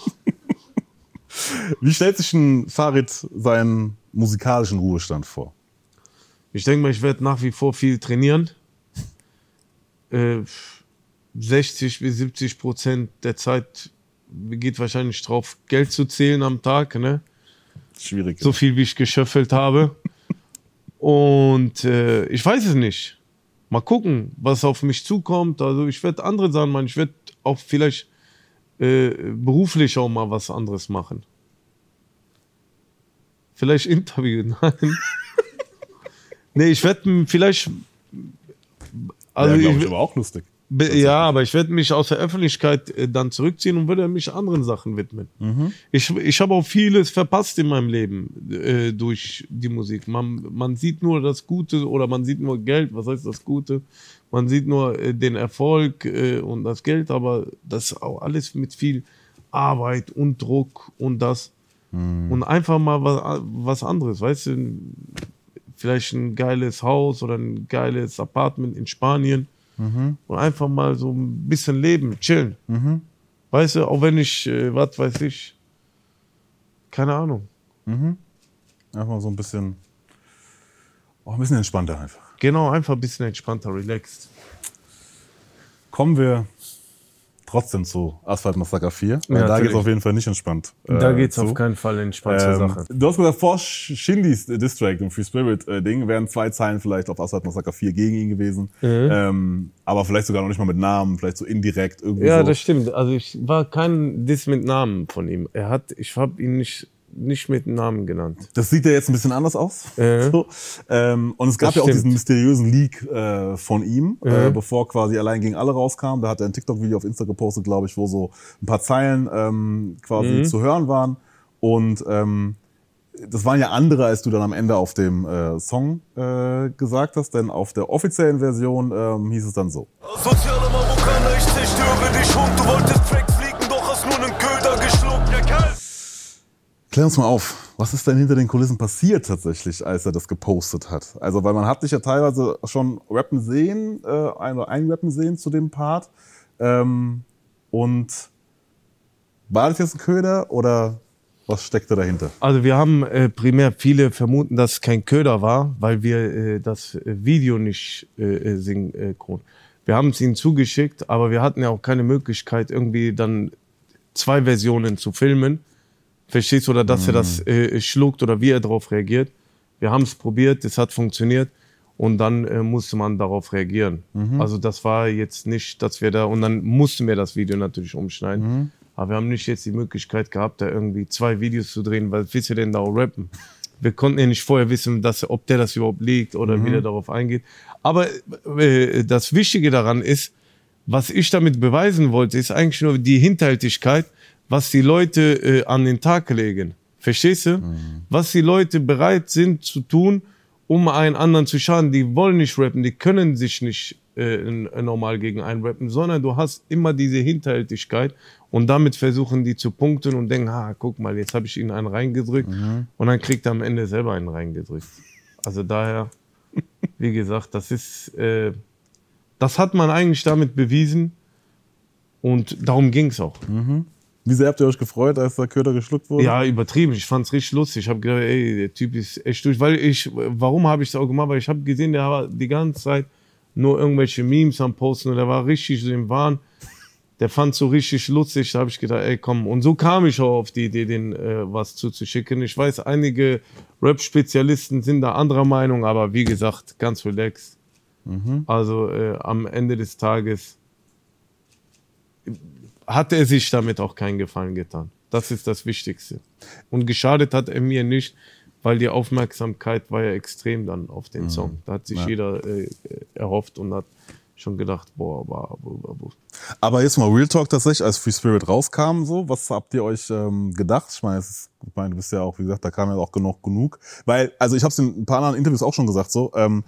Wie stellt sich ein Farid seinen musikalischen Ruhestand vor? Ich denke mal, ich werde nach wie vor viel trainieren. Äh, sechzig bis siebzig Prozent der Zeit geht wahrscheinlich drauf, Geld zu zählen am Tag, ne? Schwierig. So viel, wie ich geschöffelt habe. Und äh, ich weiß es nicht. Mal gucken, was auf mich zukommt. Also ich werde andere Sachen machen. Ich werde auch vielleicht äh, beruflich auch mal was anderes machen. Vielleicht Interview, nein. Nee, ich werde vielleicht... Also ja, glaube ich, ich, aber auch lustig. Be- Ja, aber ich werde mich aus der Öffentlichkeit äh, dann zurückziehen und würde mich anderen Sachen widmen. Mhm. Ich, ich habe auch vieles verpasst in meinem Leben äh, durch die Musik. Man, man sieht nur das Gute oder man sieht nur Geld. Was heißt das Gute? Man sieht nur äh, den Erfolg äh, und das Geld, aber das ist auch alles mit viel Arbeit und Druck und das. Mhm. Und einfach mal was, was anderes, weißt du? Vielleicht ein geiles Haus oder ein geiles Apartment in Spanien. Mhm. Und einfach mal so ein bisschen leben, chillen. Mhm. Weißt du, auch wenn ich, äh, was weiß ich, keine Ahnung. Mhm. Einfach so ein bisschen, auch ein bisschen entspannter einfach. Genau, einfach ein bisschen entspannter, relaxed. Kommen wir trotzdem zu Asphalt Massaker vier. Weil Ja, da natürlich. geht's auf jeden Fall nicht entspannt. Da äh, geht's zu. auf keinen Fall entspannt zur Ähm, Sache. du hast gesagt, vor Shindys Distrack und Free Spirit äh, Ding wären zwei Zeilen vielleicht auf Asphalt Massaker vier gegen ihn gewesen. Ähm, aber vielleicht sogar noch nicht mal mit Namen, vielleicht so indirekt irgendwie Ja, so. das stimmt. Also ich war kein Diss mit Namen von ihm. Er hat, ich habe ihn nicht, nicht mit Namen genannt. Das sieht ja jetzt ein bisschen anders aus. Äh. So. Ähm, und es gab Das ja auch stimmt. diesen mysteriösen Leak äh, von ihm, Äh. äh, bevor quasi Allein gegen alle rauskam. Da hat er ein TikTok-Video auf Insta gepostet, glaube ich, wo so ein paar Zeilen ähm, quasi Mhm. zu hören waren. Und ähm, das waren ja andere, als du dann am Ende auf dem äh, Song äh, gesagt hast, denn auf der offiziellen Version ähm, hieß es dann so. Soziale Marokkaner, ich zerstöre dich Hund. Du wolltest Track fliegen, doch hast nur einen Köder geschluckt. Ja, Kerl. Klär uns mal auf, was ist denn hinter den Kulissen passiert tatsächlich, als er das gepostet hat? Also, weil man hat dich ja teilweise schon rappen sehen, äh, ein oder einrappen sehen zu dem Part. Ähm, und war das jetzt ein Köder oder was steckte dahinter? Also wir haben äh, primär, viele vermuten, dass es kein Köder war, weil wir äh, das äh, Video nicht äh, synchron. Wir haben es ihnen zugeschickt, aber wir hatten ja auch keine Möglichkeit, irgendwie dann zwei Versionen zu filmen. Verstehst du? Oder dass er das äh, schluckt oder wie er darauf reagiert. Wir haben es probiert, es hat funktioniert und dann äh, musste man darauf reagieren. Also das war jetzt nicht, dass wir da, und dann mussten wir das Video natürlich umschneiden. Aber wir haben nicht jetzt die Möglichkeit gehabt, da irgendwie zwei Videos zu drehen, weil willst du denn da auch rappen? Wir konnten ja nicht vorher wissen, dass, ob der das überhaupt liegt oder wie der darauf eingeht. Aber äh, das Wichtige daran ist, was ich damit beweisen wollte, ist eigentlich nur die Hinterhältigkeit, was die Leute äh, an den Tag legen. Verstehst du? Was die Leute bereit sind zu tun, um einen anderen zu schaden. Die wollen nicht rappen, die können sich nicht äh, n- normal gegen einen rappen, sondern du hast immer diese Hinterhältigkeit und damit versuchen die zu punkten und denken, ah, guck mal, jetzt habe ich ihnen einen reingedrückt und dann kriegt er am Ende selber einen reingedrückt. Also daher, wie gesagt, das ist, äh, das hat man eigentlich damit bewiesen und darum ging es auch. Wie sehr habt ihr euch gefreut, als der Köder geschluckt wurde? Ja, übertrieben. Ich fand's richtig lustig. Ich habe gedacht, ey, der Typ ist echt durch. Weil ich, warum habe ich es auch gemacht? Weil ich habe gesehen, der war die ganze Zeit nur irgendwelche Memes am Posten und der war richtig so im Wahn. Der fand so richtig lustig. Da habe ich gedacht, ey, komm. Und so kam ich auch auf die Idee, den äh, was zuzuschicken. Ich weiß, einige Rap-Spezialisten sind da anderer Meinung, aber wie gesagt, ganz relaxed. Also äh, am Ende des Tages hat er sich damit auch keinen Gefallen getan. Das ist das Wichtigste. Und geschadet hat er mir nicht, weil die Aufmerksamkeit war ja extrem dann auf den Song. Da hat sich Ja. jeder äh, erhofft und hat schon gedacht, boah, boah, boah, boah, boah. Aber jetzt mal Real Talk tatsächlich, als Free Spirit rauskam, so, was habt ihr euch ähm, gedacht? Ich meine, es ist, ich meine, du bist ja auch, wie gesagt, da kam ja auch genug genug. Weil, also ich habe es in ein paar anderen Interviews auch schon gesagt, so, ähm,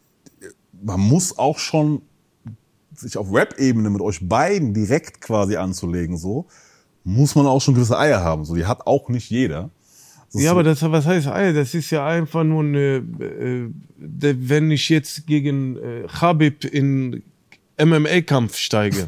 man muss auch schon sich auf Rap-Ebene mit euch beiden direkt quasi anzulegen, so, muss man auch schon gewisse Eier haben. So, die hat auch nicht jeder. Das Ja, ist aber das, was heißt, ey, das ist ja einfach nur eine, äh, de, wenn ich jetzt gegen äh, Khabib in M M A-Kampf steige.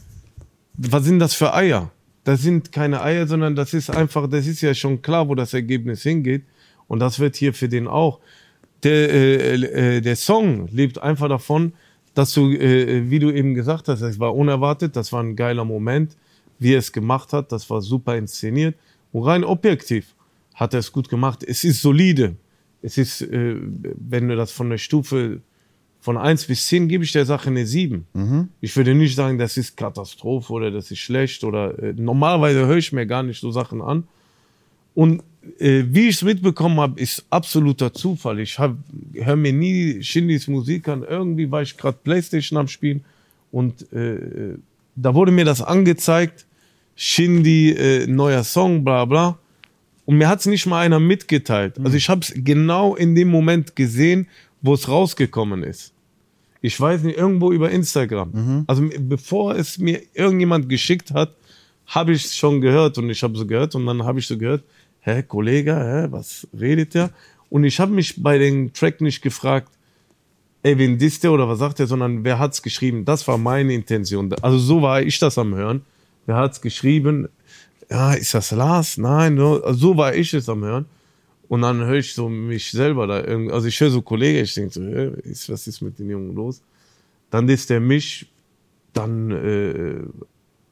Was sind das für Eier? Das sind keine Eier, sondern das ist einfach, das ist ja schon klar, wo das Ergebnis hingeht. Und das wird hier für den auch. Der, äh, äh, der Song lebt einfach davon, dass du, äh, wie du eben gesagt hast, es war unerwartet, das war ein geiler Moment, wie er es gemacht hat, das war super inszeniert und rein objektiv hat er es gut gemacht. Es ist solide. Es ist, äh, wenn du das von der Stufe von eins bis zehn gebe ich der Sache eine sieben. Ich würde nicht sagen, das ist Katastrophe oder das ist schlecht oder äh, normalerweise höre ich mir gar nicht so Sachen an. Und äh, wie ich es mitbekommen habe, ist absoluter Zufall. Ich höre mir nie Shindys Musik an. Irgendwie war ich gerade Playstation am Spielen und äh, da wurde mir das angezeigt. Shindy, äh, neuer Song, bla bla. Und mir hat es nicht mal einer mitgeteilt. Also ich habe es genau in dem Moment gesehen, wo es rausgekommen ist. Ich weiß nicht, irgendwo über Instagram. Also bevor es mir irgendjemand geschickt hat, habe ich es schon gehört und ich habe so gehört und dann habe ich so gehört, hä, Kollege, hä, was redet der? Und ich habe mich bei dem Track nicht gefragt, ey, wen disst der oder was sagt der, sondern wer hat's geschrieben? Das war meine Intention. Also so war ich das am Hören. Wer hat's geschrieben? Ja, ist das Lars? Nein, no. Also so war ich es am Hören. Und dann höre ich so mich selber da irgendwie, also ich höre so Kollege, ich denke so, hä, ist, was ist mit den Jungen los? Dann disst der mich, dann äh,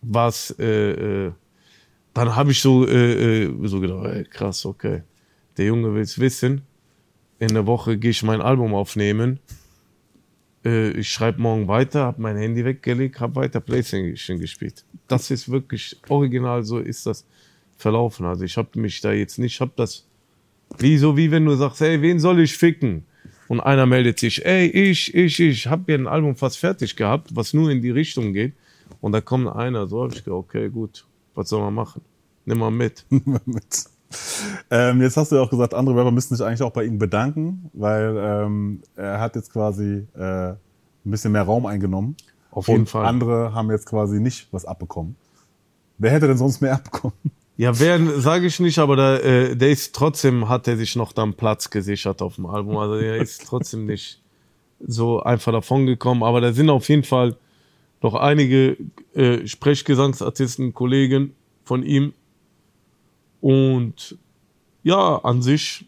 was, äh, äh, dann habe ich so, äh, äh, so gedacht, ey, krass, okay, der Junge will's wissen. In der Woche gehe ich mein Album aufnehmen. Äh, ich schreibe morgen weiter, habe mein Handy weggelegt, habe weiter PlayStation gespielt. Das ist wirklich original, so ist das verlaufen. Also ich habe mich da jetzt nicht, ich habe das, wie so wie wenn du sagst, ey, wen soll ich ficken? Und einer meldet sich, ey, ich, ich, ich, habe ja ein Album fast fertig gehabt, was nur in die Richtung geht. Und da kommt einer, so habe ich gedacht, okay, gut, was soll man machen? Nimm mal mit. mit. Ähm, jetzt hast du ja auch gesagt, andere Rapper müssen sich eigentlich auch bei ihm bedanken, weil ähm, er hat jetzt quasi äh, ein bisschen mehr Raum eingenommen. Auf jeden und Fall. Andere haben jetzt quasi nicht was abbekommen. Wer hätte denn sonst mehr abbekommen? Ja, wer, sage ich nicht, aber da, äh, der ist trotzdem, hat er sich noch dann Platz gesichert auf dem Album. Also der ist trotzdem nicht so einfach davon gekommen. Aber da sind auf jeden Fall noch einige äh, Sprechgesangsartisten, Kollegen von ihm. Und ja, an sich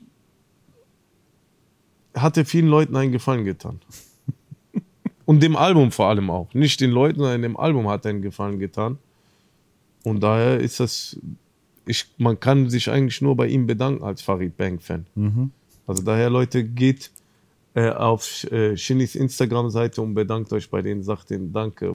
hat er vielen Leuten einen Gefallen getan. Und dem Album vor allem auch. Nicht den Leuten, sondern dem Album hat er einen Gefallen getan. Und daher ist das, ich, man kann sich eigentlich nur bei ihm bedanken als Farid Bang-Fan. Mhm. Also daher, Leute, geht äh, auf äh, Shinnys Instagram-Seite und bedankt euch bei denen, sagt denen Danke.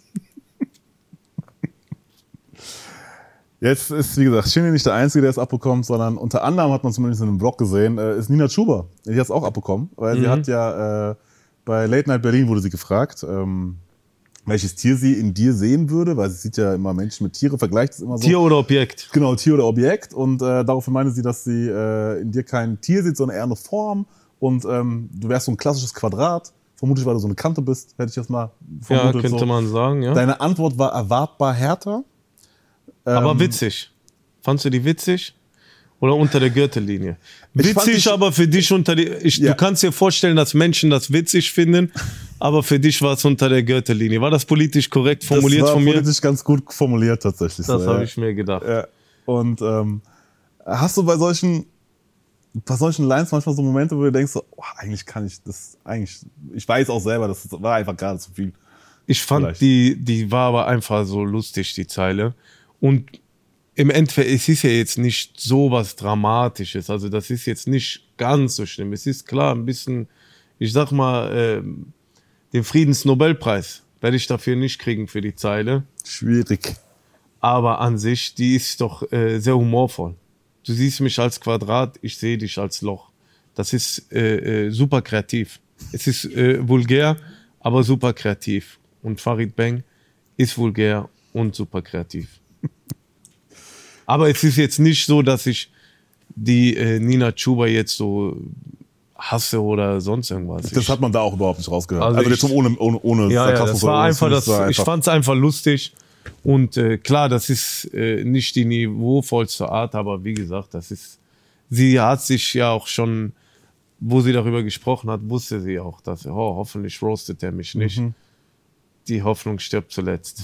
Jetzt ist, wie gesagt, Shinny nicht der Einzige, der es abbekommt, sondern unter anderem hat man zumindest in einem Blog gesehen, äh, ist Nina Chuba. Die hat es auch abbekommen, weil Mhm. sie hat ja äh, bei Late Night Berlin wurde sie gefragt, ähm, welches Tier sie in dir sehen würde, weil sie sieht ja immer Menschen mit Tiere, vergleicht es immer so. Tier oder Objekt? Genau, Tier oder Objekt. Und äh, daraufhin meinte sie, dass sie äh, in dir kein Tier sieht, sondern eher eine Form. Und ähm, du wärst so ein klassisches Quadrat. Vermutlich, weil du so eine Kante bist, hätte ich das mal Ja, vermutet. könnte so. man sagen, ja. Deine Antwort war erwartbar härter. Aber Ähm, witzig. Fandst du die witzig? Oder unter der Gürtellinie? Ich fand Witzig, dich- aber für dich unter die... Ich, Ja. Du kannst dir vorstellen, dass Menschen das witzig finden, aber für dich war es unter der Gürtellinie. War das politisch korrekt formuliert das war von mir? politisch ganz gut formuliert tatsächlich. Das so, habe ja. ich mir gedacht. Ja. Und ähm, hast du bei solchen, bei solchen Lines manchmal so Momente, wo du denkst, so, oh, eigentlich kann ich das, eigentlich, ich weiß auch selber, das war einfach gerade zu viel. Ich fand, Vielleicht. die, die war aber einfach so lustig, die Zeile. Und im Endeffekt, es ist ja jetzt nicht so was Dramatisches. Also das ist jetzt nicht ganz so schlimm. Es ist klar ein bisschen, ich sag mal, ähm, den Friedensnobelpreis werde ich dafür nicht kriegen für die Zeile. Schwierig. Aber an sich, die ist doch äh, sehr humorvoll. Du siehst mich als Quadrat, ich sehe dich als Loch. Das ist äh, äh, super kreativ. Es ist äh, vulgär, aber super kreativ. Und Farid Bang ist vulgär und super kreativ. Aber es ist jetzt nicht so, dass ich die äh, Nina Chuba jetzt so hasse oder sonst irgendwas. Das Ich- hat man da auch überhaupt nicht rausgehört. Also Also, ich- jetzt ohne, ohne, ohne ja, ja, das Sarkasmus war oder einfach, das, war ich fand es einfach lustig. Und äh, klar, das ist äh, nicht die niveauvollste Art, aber wie gesagt, das ist, sie hat sich ja auch schon, wo sie darüber gesprochen hat, wusste sie auch, dass, oh, hoffentlich roastet er mich nicht. Mhm. Die Hoffnung stirbt zuletzt.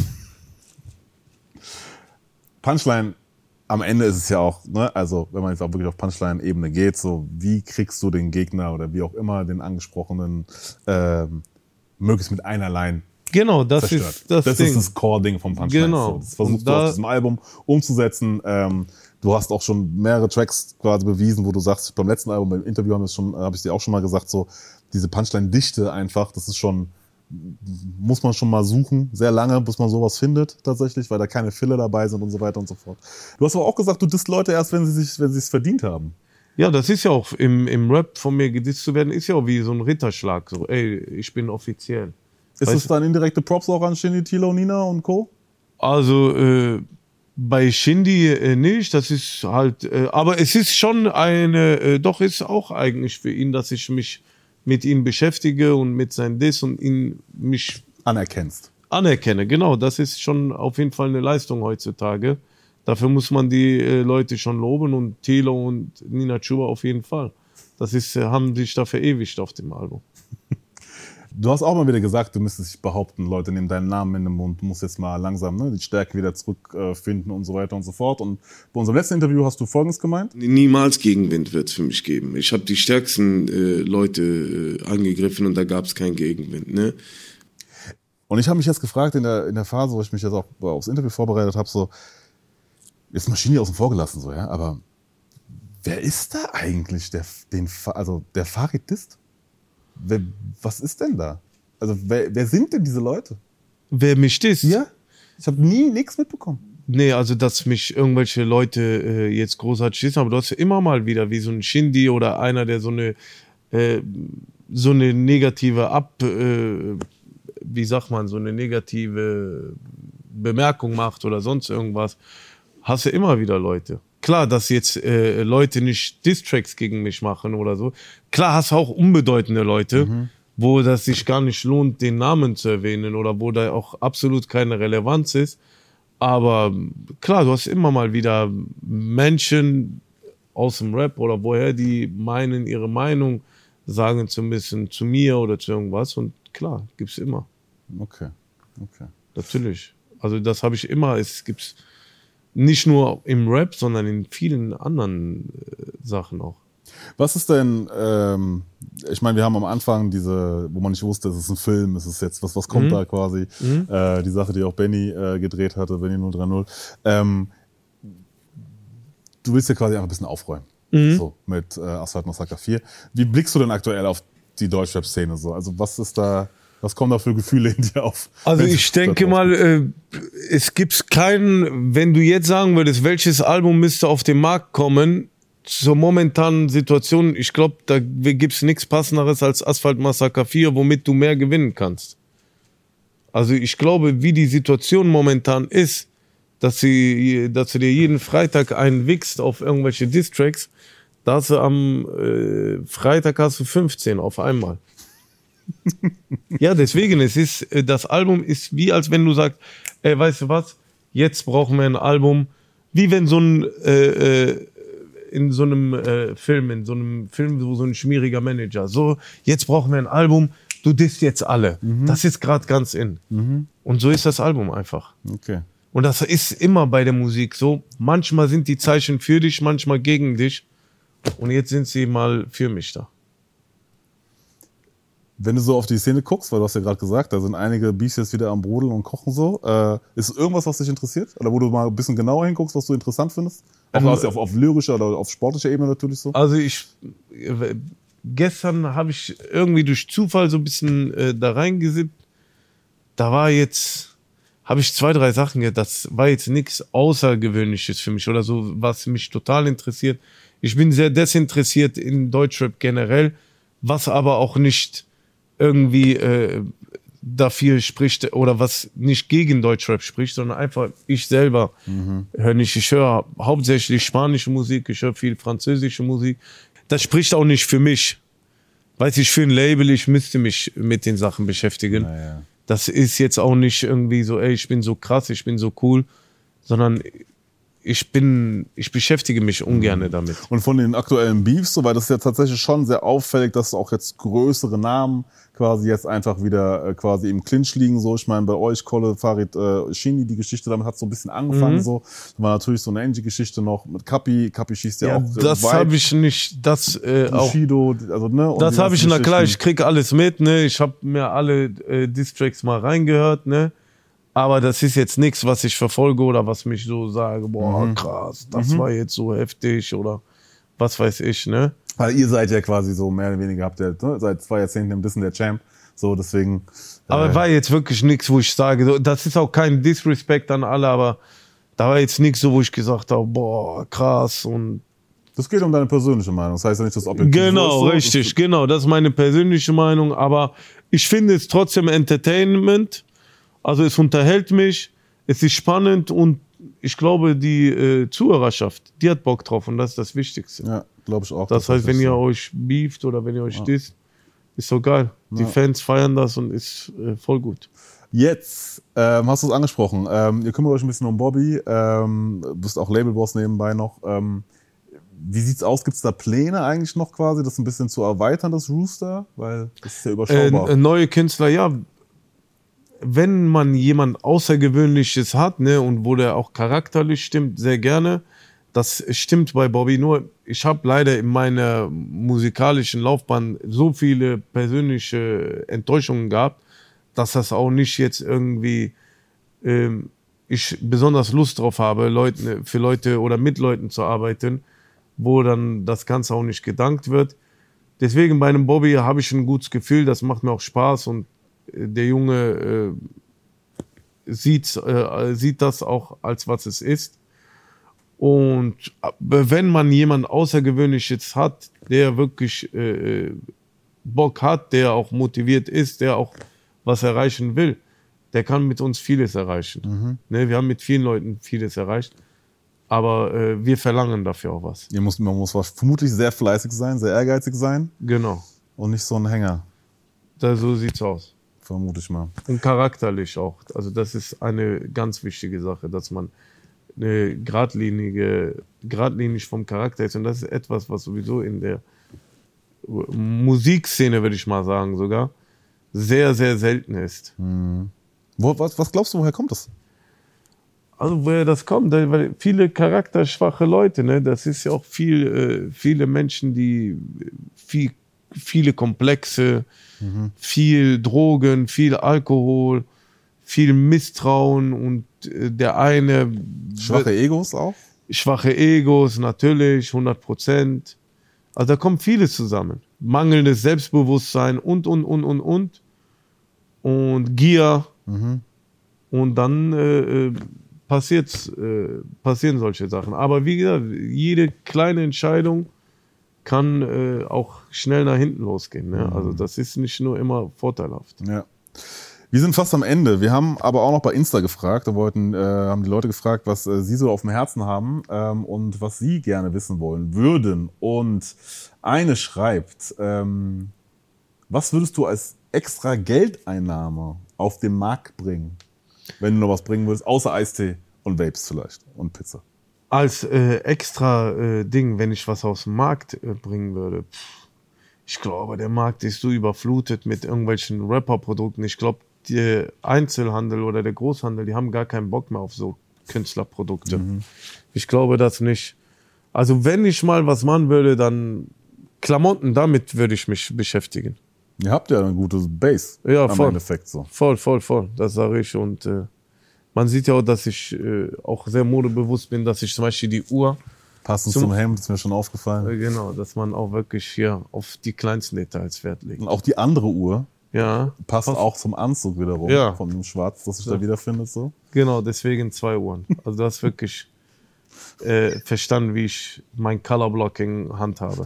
Punchline, am Ende ist es ja auch, ne, also wenn man jetzt auch wirklich auf Punchline-Ebene geht, so wie kriegst du den Gegner oder wie auch immer den Angesprochenen ähm, möglichst mit einer Line Genau, das zerstört. ist das, das Ding. ist das Core-Ding vom Punchline. Genau. So, das versuchst Und du da- auf diesem Album umzusetzen. Ähm, du hast auch schon mehrere Tracks quasi bewiesen, wo du sagst, beim letzten Album, beim Interview haben wir es schon, habe ich dir auch schon mal gesagt, so diese Punchline-Dichte einfach, das ist schon, muss man schon mal suchen, sehr lange, bis man sowas findet tatsächlich, weil da keine Filler dabei sind und so weiter und so fort. Du hast aber auch gesagt, du disst Leute erst, wenn sie sich, wenn sie es verdient haben. Ja, das ist ja auch im, im Rap von mir gedisst zu werden, ist ja auch wie so ein Ritterschlag. So, ey, ich bin offiziell. Ist Weißt es dann indirekte Props auch an Shindy, Tilo, Nina und Co.? Also äh, bei Shindy äh, nicht, das ist halt, äh, aber es ist schon eine, äh, doch ist auch eigentlich für ihn, dass ich mich mit ihm beschäftige und mit seinem Diss und ihn mich Anerkennst. anerkenne. Genau, das ist schon auf jeden Fall eine Leistung heutzutage. Dafür muss man die äh, Leute schon loben und Tilo und Nina Chuba auf jeden Fall. Das ist, äh, haben sich da verewigt auf dem Album. Du hast auch mal wieder gesagt, du müsstest dich behaupten, Leute nehmen deinen Namen in den Mund, du musst jetzt mal langsam, ne, die Stärke wieder zurückfinden und so weiter und so fort. Und bei unserem letzten Interview hast du Folgendes gemeint. Niemals Gegenwind wird es für mich geben. Ich habe die stärksten äh, Leute äh, angegriffen und da gab es keinen Gegenwind. Ne? Und ich habe mich jetzt gefragt in der, in der Phase, wo ich mich jetzt auch aufs Interview vorbereitet habe, so, jetzt Maschine außen vor gelassen, so, ja, aber wer ist da eigentlich, der, den, also der Farid disst? Wer, was ist denn da? Also wer, wer sind denn diese Leute? Wer mich disst? Ja? Ich habe nie nichts mitbekommen. Nee, also dass mich irgendwelche Leute äh, jetzt großartig dissen, aber du hast ja immer mal wieder wie so ein Shindy oder einer, der so eine äh, so eine negative Ab, äh, wie sagt man, so eine negative Bemerkung macht oder sonst irgendwas, hast du immer wieder Leute. Klar, dass jetzt äh, Leute nicht Diss-Tracks gegen mich machen oder so. Klar hast du auch unbedeutende Leute, mhm. wo das sich gar nicht lohnt, den Namen zu erwähnen oder wo da auch absolut keine Relevanz ist. Aber klar, du hast immer mal wieder Menschen aus dem Rap oder woher, die meinen, ihre Meinung sagen zu müssen zu mir oder zu irgendwas. Und klar, gibt's immer. Okay, okay. Natürlich. Also das habe ich immer. Es gibt's nicht nur im Rap, sondern in vielen anderen äh, Sachen auch. Was ist denn, ähm, ich meine, wir haben am Anfang diese, wo man nicht wusste, es ist ein Film, es ist jetzt, was, was kommt mhm. da quasi, mhm. äh, die Sache, die auch Benny äh, gedreht hatte, Benny null drei null. Ähm, du willst ja quasi einfach ein bisschen aufräumen, mhm. so, mit äh, Asphalt Massaker vier. Wie blickst du denn aktuell auf die Deutschrap-Szene so? Also was ist da, was kommen da für Gefühle in dir auf? Also ich denke mal, äh, es gibt keinen, wenn du jetzt sagen würdest, welches Album müsste auf den Markt kommen, zur momentanen Situation, ich glaube, da gibt's nichts Passenderes als Asphalt Massaker vier, womit du mehr gewinnen kannst. Also ich glaube, wie die Situation momentan ist, dass, sie, dass du dir jeden Freitag einen wichst auf irgendwelche Diss-Tracks, da hast du am äh, Freitag hast du fünfzehn auf einmal. Ja, deswegen, es ist, das Album ist wie, als wenn du sagst, ey, weißt du was, jetzt brauchen wir ein Album, wie wenn so ein äh, äh, in so einem äh, Film, in so einem Film, wo so ein schmieriger Manager, so, jetzt brauchen wir ein Album, du disst jetzt alle. Mhm. Das ist gerade ganz in. Mhm. Und so ist das Album einfach. Okay. Und das ist immer bei der Musik so. Manchmal sind die Zeichen für dich, manchmal gegen dich. Und jetzt sind sie mal für mich da. Wenn du so auf die Szene guckst, weil du hast ja gerade gesagt, da sind einige Beefs jetzt wieder am Brodeln und kochen so. Äh, ist irgendwas, was dich interessiert? Oder wo du mal ein bisschen genauer hinguckst, was du interessant findest? Auch ähm, auf, auf lyrischer oder auf sportlicher Ebene natürlich so? Also ich, äh, gestern habe ich irgendwie durch Zufall so ein bisschen äh, da reingesippt. Da war jetzt, habe ich zwei, drei Sachen gehört. Das war jetzt nichts Außergewöhnliches für mich oder so, was mich total interessiert. Ich bin sehr desinteressiert in Deutschrap generell, was aber auch nicht irgendwie äh, dafür spricht oder was nicht gegen Deutschrap spricht, sondern einfach ich selber mhm. höre nicht. Ich höre hauptsächlich spanische Musik, ich höre viel französische Musik. Das spricht auch nicht für mich. Weiß ich, für ein Label, ich müsste mich mit den Sachen beschäftigen. Naja. Das ist jetzt auch nicht irgendwie so, ey, ich bin so krass, ich bin so cool, sondern ich bin, ich beschäftige mich ungern damit. Und von den aktuellen Beefs, so, weil das ist ja tatsächlich schon sehr auffällig, dass auch jetzt größere Namen quasi jetzt einfach wieder äh, quasi im Clinch liegen, so. Ich meine, bei euch, Kolle, Farid, äh, Shini, die Geschichte damit hat so ein bisschen angefangen, mhm. so. Da war natürlich so eine Angie-Geschichte noch mit Kapi. Kapi schießt ja, ja auch. Das äh, habe ich nicht, das, äh, auch. Shido, also, ne. Und das habe ich, na klar, ich krieg alles mit, ne. Ich habe mir alle äh, Diss-Tracks mal reingehört, ne. Aber das ist jetzt nichts, was ich verfolge oder was mich so sage, boah, mhm. krass, das mhm. war jetzt so heftig oder was weiß ich, ne? Weil ihr seid ja quasi so mehr oder weniger, habt ihr ne, seit zwei Jahrzehnten ein bisschen der Champ, so deswegen. Aber äh, war jetzt wirklich nichts, wo ich sage, das ist auch kein Disrespect an alle, aber da war jetzt nichts so, wo ich gesagt habe, boah, krass und. Das geht um deine persönliche Meinung, das heißt ja nicht, dass objektiv Genau, so, richtig, das genau, das ist meine persönliche Meinung, aber ich finde es trotzdem Entertainment. Also es unterhält mich, es ist spannend und ich glaube, die äh, Zuhörerschaft, die hat Bock drauf und das ist das Wichtigste. Ja, glaube ich auch. Das heißt, wenn ihr so. euch beeft oder wenn ihr euch ja. disst, ist so geil. Ja. Die Fans feiern das und ist äh, voll gut. Jetzt ähm, hast du es angesprochen, ähm, ihr kümmert euch ein bisschen um Bobby, ähm, bist auch Labelboss nebenbei noch. Ähm, wie sieht's aus? Gibt's da Pläne eigentlich noch quasi, das ein bisschen zu erweitern, das Rooster? Weil das ist ja überschaubar. Äh, neue Künstler, ja. Wenn man jemand Außergewöhnliches hat, ne, und wo der auch charakterlich stimmt, sehr gerne. Das stimmt bei Bobby. Nur, ich habe leider in meiner musikalischen Laufbahn so viele persönliche Enttäuschungen gehabt, dass das auch nicht jetzt irgendwie ähm, ich besonders Lust drauf habe, Leuten, für Leute oder mit Leuten zu arbeiten, wo dann das Ganze auch nicht gedankt wird. Deswegen bei einem Bobby habe ich ein gutes Gefühl, das macht mir auch Spaß und äh, der Junge äh, sieht, äh, sieht das auch als was es ist. Und wenn man jemanden Außergewöhnliches hat, der wirklich äh, Bock hat, der auch motiviert ist, der auch was erreichen will, der kann mit uns vieles erreichen. Mhm. Ne, wir haben mit vielen Leuten vieles erreicht, aber äh, wir verlangen dafür auch was. Ihr muss, man muss vermutlich sehr fleißig sein, sehr ehrgeizig sein. Genau. Und nicht so ein Hänger. Da, so sieht's aus. Vermute ich mal. Und charakterlich auch. Also das ist eine ganz wichtige Sache, dass man eine geradlinige, geradlinig vom Charakter ist. Und das ist etwas, was sowieso in der Musikszene, würde ich mal sagen, sogar sehr, sehr selten ist. Hm. Wo, was, was glaubst du, woher kommt das? Also woher das kommt, weil viele charakterschwache Leute, ne, das ist ja auch viel, äh, viele Menschen, die viel, viele Komplexe, mhm. viel Drogen, viel Alkohol, viel Misstrauen und äh, der eine... Schwache Egos auch? Schwache Egos, natürlich, hundert Prozent. Also da kommt vieles zusammen. Mangelndes Selbstbewusstsein und, und, und, und, und. Und Gier. Mhm. Und dann äh, passiert's, äh, passieren solche Sachen. Aber wie gesagt, jede kleine Entscheidung kann äh, auch schnell nach hinten losgehen. Ne? Mhm. Also das ist nicht nur immer vorteilhaft. Ja. Wir sind fast am Ende. Wir haben aber auch noch bei Insta gefragt. Da wollten, äh, haben die Leute gefragt, was äh, sie so auf dem Herzen haben ähm, und was sie gerne wissen wollen würden. Und eine schreibt, ähm, was würdest du als extra Geldeinnahme auf den Markt bringen, wenn du noch was bringen würdest, außer Eistee und Vapes vielleicht und Pizza? Als äh, extra äh, Ding, wenn ich was aus dem Markt äh, bringen würde, pff, ich glaube, der Markt ist so überflutet mit irgendwelchen Rapper-Produkten. Ich glaube, der Einzelhandel oder der Großhandel, die haben gar keinen Bock mehr auf so Künstlerprodukte. Mhm. Ich glaube das nicht. Also wenn ich mal was machen würde, dann Klamotten, damit würde ich mich beschäftigen. Ihr habt ja ein gutes Base ja, am voll. Endeffekt so. Voll, voll, voll. Das sage ich. Und äh, man sieht ja auch, dass ich äh, auch sehr modebewusst bin, dass ich zum Beispiel die Uhr... Passend zum, zum Hemd, ist mir schon aufgefallen. Äh, genau, dass man auch wirklich hier auf die kleinsten Details Wert legt. Und auch die andere Uhr ja, passt, passt auch zum Anzug wiederum, ja. Von dem Schwarz, das sich ja. da wiederfindet. So. Genau, deswegen zwei Uhren. Also du hast wirklich äh, verstanden, wie ich mein Colorblocking handhabe.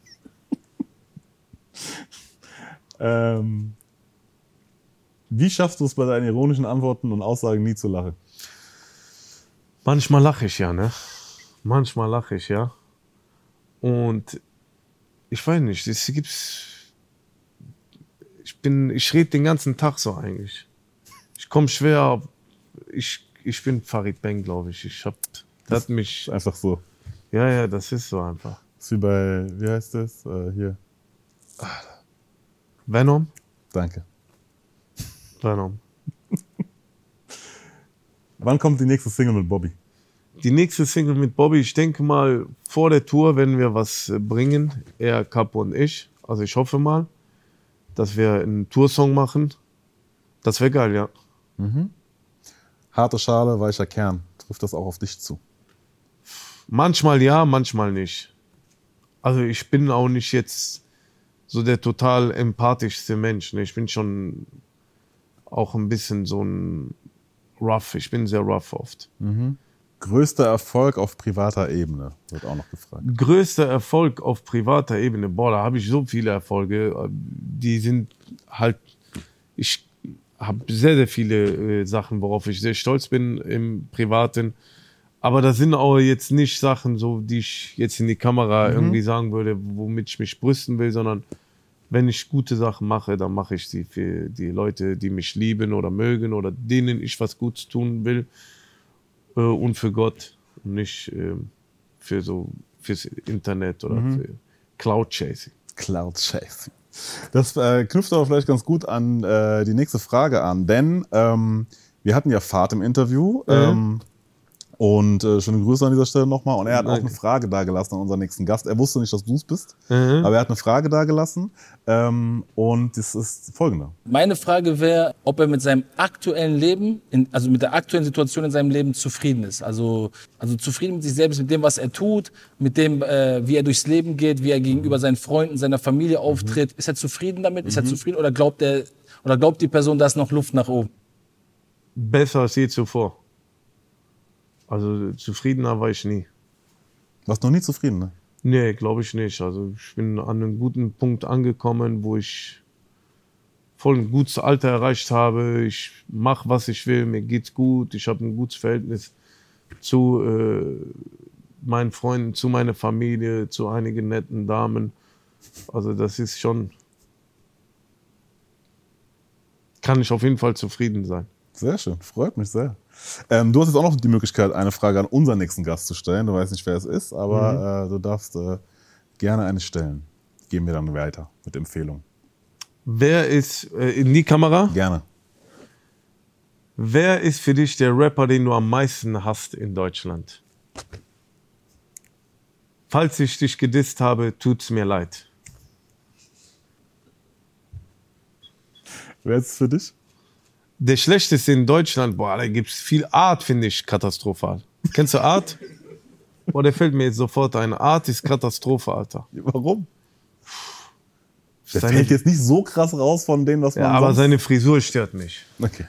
ähm, wie schaffst du es bei deinen ironischen Antworten und Aussagen nie zu lachen? Manchmal lache ich ja, ne? Manchmal lache ich, ja. Und ich weiß nicht, es gibt's. Ich bin, ich rede den ganzen Tag so eigentlich. Ich komme schwer auf. Ich, ich bin Farid Bang, glaube ich. Ich hab, das hat mich. Einfach so. Ja, ja, das ist so einfach. Das ist wie bei, wie heißt das? Äh, hier. Venom? Danke. Venom. Wann kommt die nächste Single mit Bobby? Die nächste Single mit Bobby, ich denke mal vor der Tour, wenn wir was bringen, er, Capo und ich. Also ich hoffe mal, dass wir einen Toursong machen. Das wäre geil, ja. Mhm. Harte Schale, weicher Kern. Trifft das auch auf dich zu? Manchmal ja, manchmal nicht. Also ich bin auch nicht jetzt so der total empathischste Mensch. Ne? Ich bin schon auch ein bisschen so ein rough. Ich bin sehr rough oft. Mhm. Größter Erfolg auf privater Ebene, wird auch noch gefragt. Größter Erfolg auf privater Ebene, boah, da habe ich so viele Erfolge, die sind halt, ich habe sehr, sehr viele äh, Sachen, worauf ich sehr stolz bin im Privaten, aber das sind auch jetzt nicht Sachen, so die ich jetzt in die Kamera mhm. irgendwie sagen würde, womit ich mich brüsten will, sondern wenn ich gute Sachen mache, dann mache ich sie für die Leute, die mich lieben oder mögen oder denen ich was Gutes tun will. Und für Gott und nicht äh, für so fürs Internet oder mhm. für Cloud Chasing. Cloud Chasing. Das äh, knüpft aber vielleicht ganz gut an äh, die nächste Frage an, denn ähm, wir hatten ja Fahrt im Interview. Mhm. Ähm, Und äh, schöne Grüße an dieser Stelle nochmal. Und er hat Danke. auch eine Frage dagelassen an unseren nächsten Gast. Er wusste nicht, dass du es bist, Mhm. aber er hat eine Frage dagelassen. Ähm, und das ist folgende. Meine Frage wäre, ob er mit seinem aktuellen Leben, in, also mit der aktuellen Situation in seinem Leben zufrieden ist. Also, also zufrieden mit sich selbst, mit dem, was er tut, mit dem, äh, wie er durchs Leben geht, wie er gegenüber seinen Freunden, seiner Familie auftritt. Ist er zufrieden damit? Ist er zufrieden oder glaubt er, oder glaubt die Person, da ist noch Luft nach oben? Besser als je zuvor. Also zufriedener war ich nie. Warst noch nie zufrieden, ne? Nee, glaube ich nicht. Also ich bin an einem guten Punkt angekommen, wo ich voll ein gutes Alter erreicht habe. Ich mache, was ich will, mir geht's gut. Ich habe ein gutes Verhältnis zu äh, meinen Freunden, zu meiner Familie, zu einigen netten Damen. Also das ist schon... Kann ich auf jeden Fall zufrieden sein. Sehr schön, freut mich sehr. Ähm, du hast jetzt auch noch die Möglichkeit, eine Frage an unseren nächsten Gast zu stellen. Du weißt nicht, wer es ist, aber mhm. äh, du darfst äh, gerne eine stellen. Gehen wir dann weiter mit Empfehlungen. Wer ist, äh, in die Kamera, Gerne. wer ist für dich der Rapper, den du am meisten hasst in Deutschland? Falls ich dich gedisst habe, tut's mir leid. Wer ist es für dich? Der schlechteste in Deutschland, boah, da gibt's viel. Art, finde ich katastrophal. Kennst du Art? Boah, der fällt mir jetzt sofort ein. Art ist Katastrophe, Alter. Warum? Der Seine- fällt jetzt nicht so krass raus von dem, was man Ja, aber sonst... seine Frisur stört mich. Okay.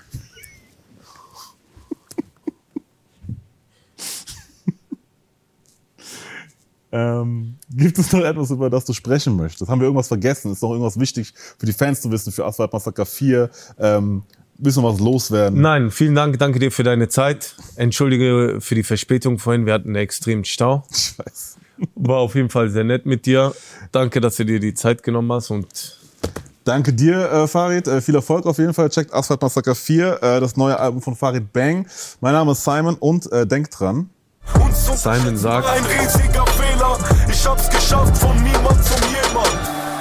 ähm, gibt es noch etwas, über das du sprechen möchtest? Haben wir irgendwas vergessen? Ist noch irgendwas wichtig für die Fans zu wissen, für Asphalt Massaker vier? Ähm, müssen wir was loswerden? Nein, vielen Dank, danke dir für deine Zeit. Entschuldige für die Verspätung vorhin, wir hatten einen extremen Stau. Ich weiß. War auf jeden Fall sehr nett mit dir. Danke, dass du dir die Zeit genommen hast und Danke dir, äh, Farid. Äh, viel Erfolg auf jeden Fall. Checkt Asphalt Massaker vier, äh, das neue Album von Farid Bang. Mein Name ist Simon und äh, denkt dran. Simon sagt, Ein riesiger Fehler, ich hab's geschafft von niemand zum jemand.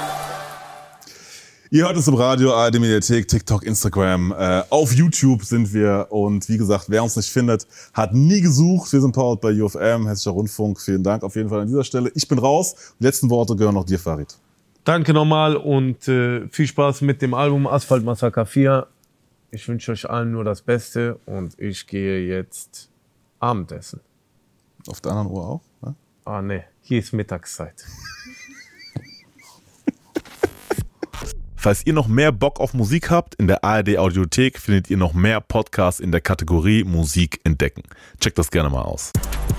Ihr hört es im Radio, A R D Mediathek, TikTok, Instagram, äh, auf YouTube sind wir. Und wie gesagt, wer uns nicht findet, hat nie gesucht. Wir sind powered bei U F M, Hessischer Rundfunk. Vielen Dank auf jeden Fall an dieser Stelle. Ich bin raus. Die letzten Worte gehören noch dir, Farid. danke nochmal und äh, viel Spaß mit dem Album Asphalt Massaker vier. Ich wünsche euch allen nur das Beste und ich gehe jetzt Abendessen. Auf der anderen Uhr auch. Ne? Ah ne, hier ist Mittagszeit. Falls ihr noch mehr Bock auf Musik habt, in der A R D Audiothek findet ihr noch mehr Podcasts in der Kategorie Musik entdecken. Checkt das gerne mal aus.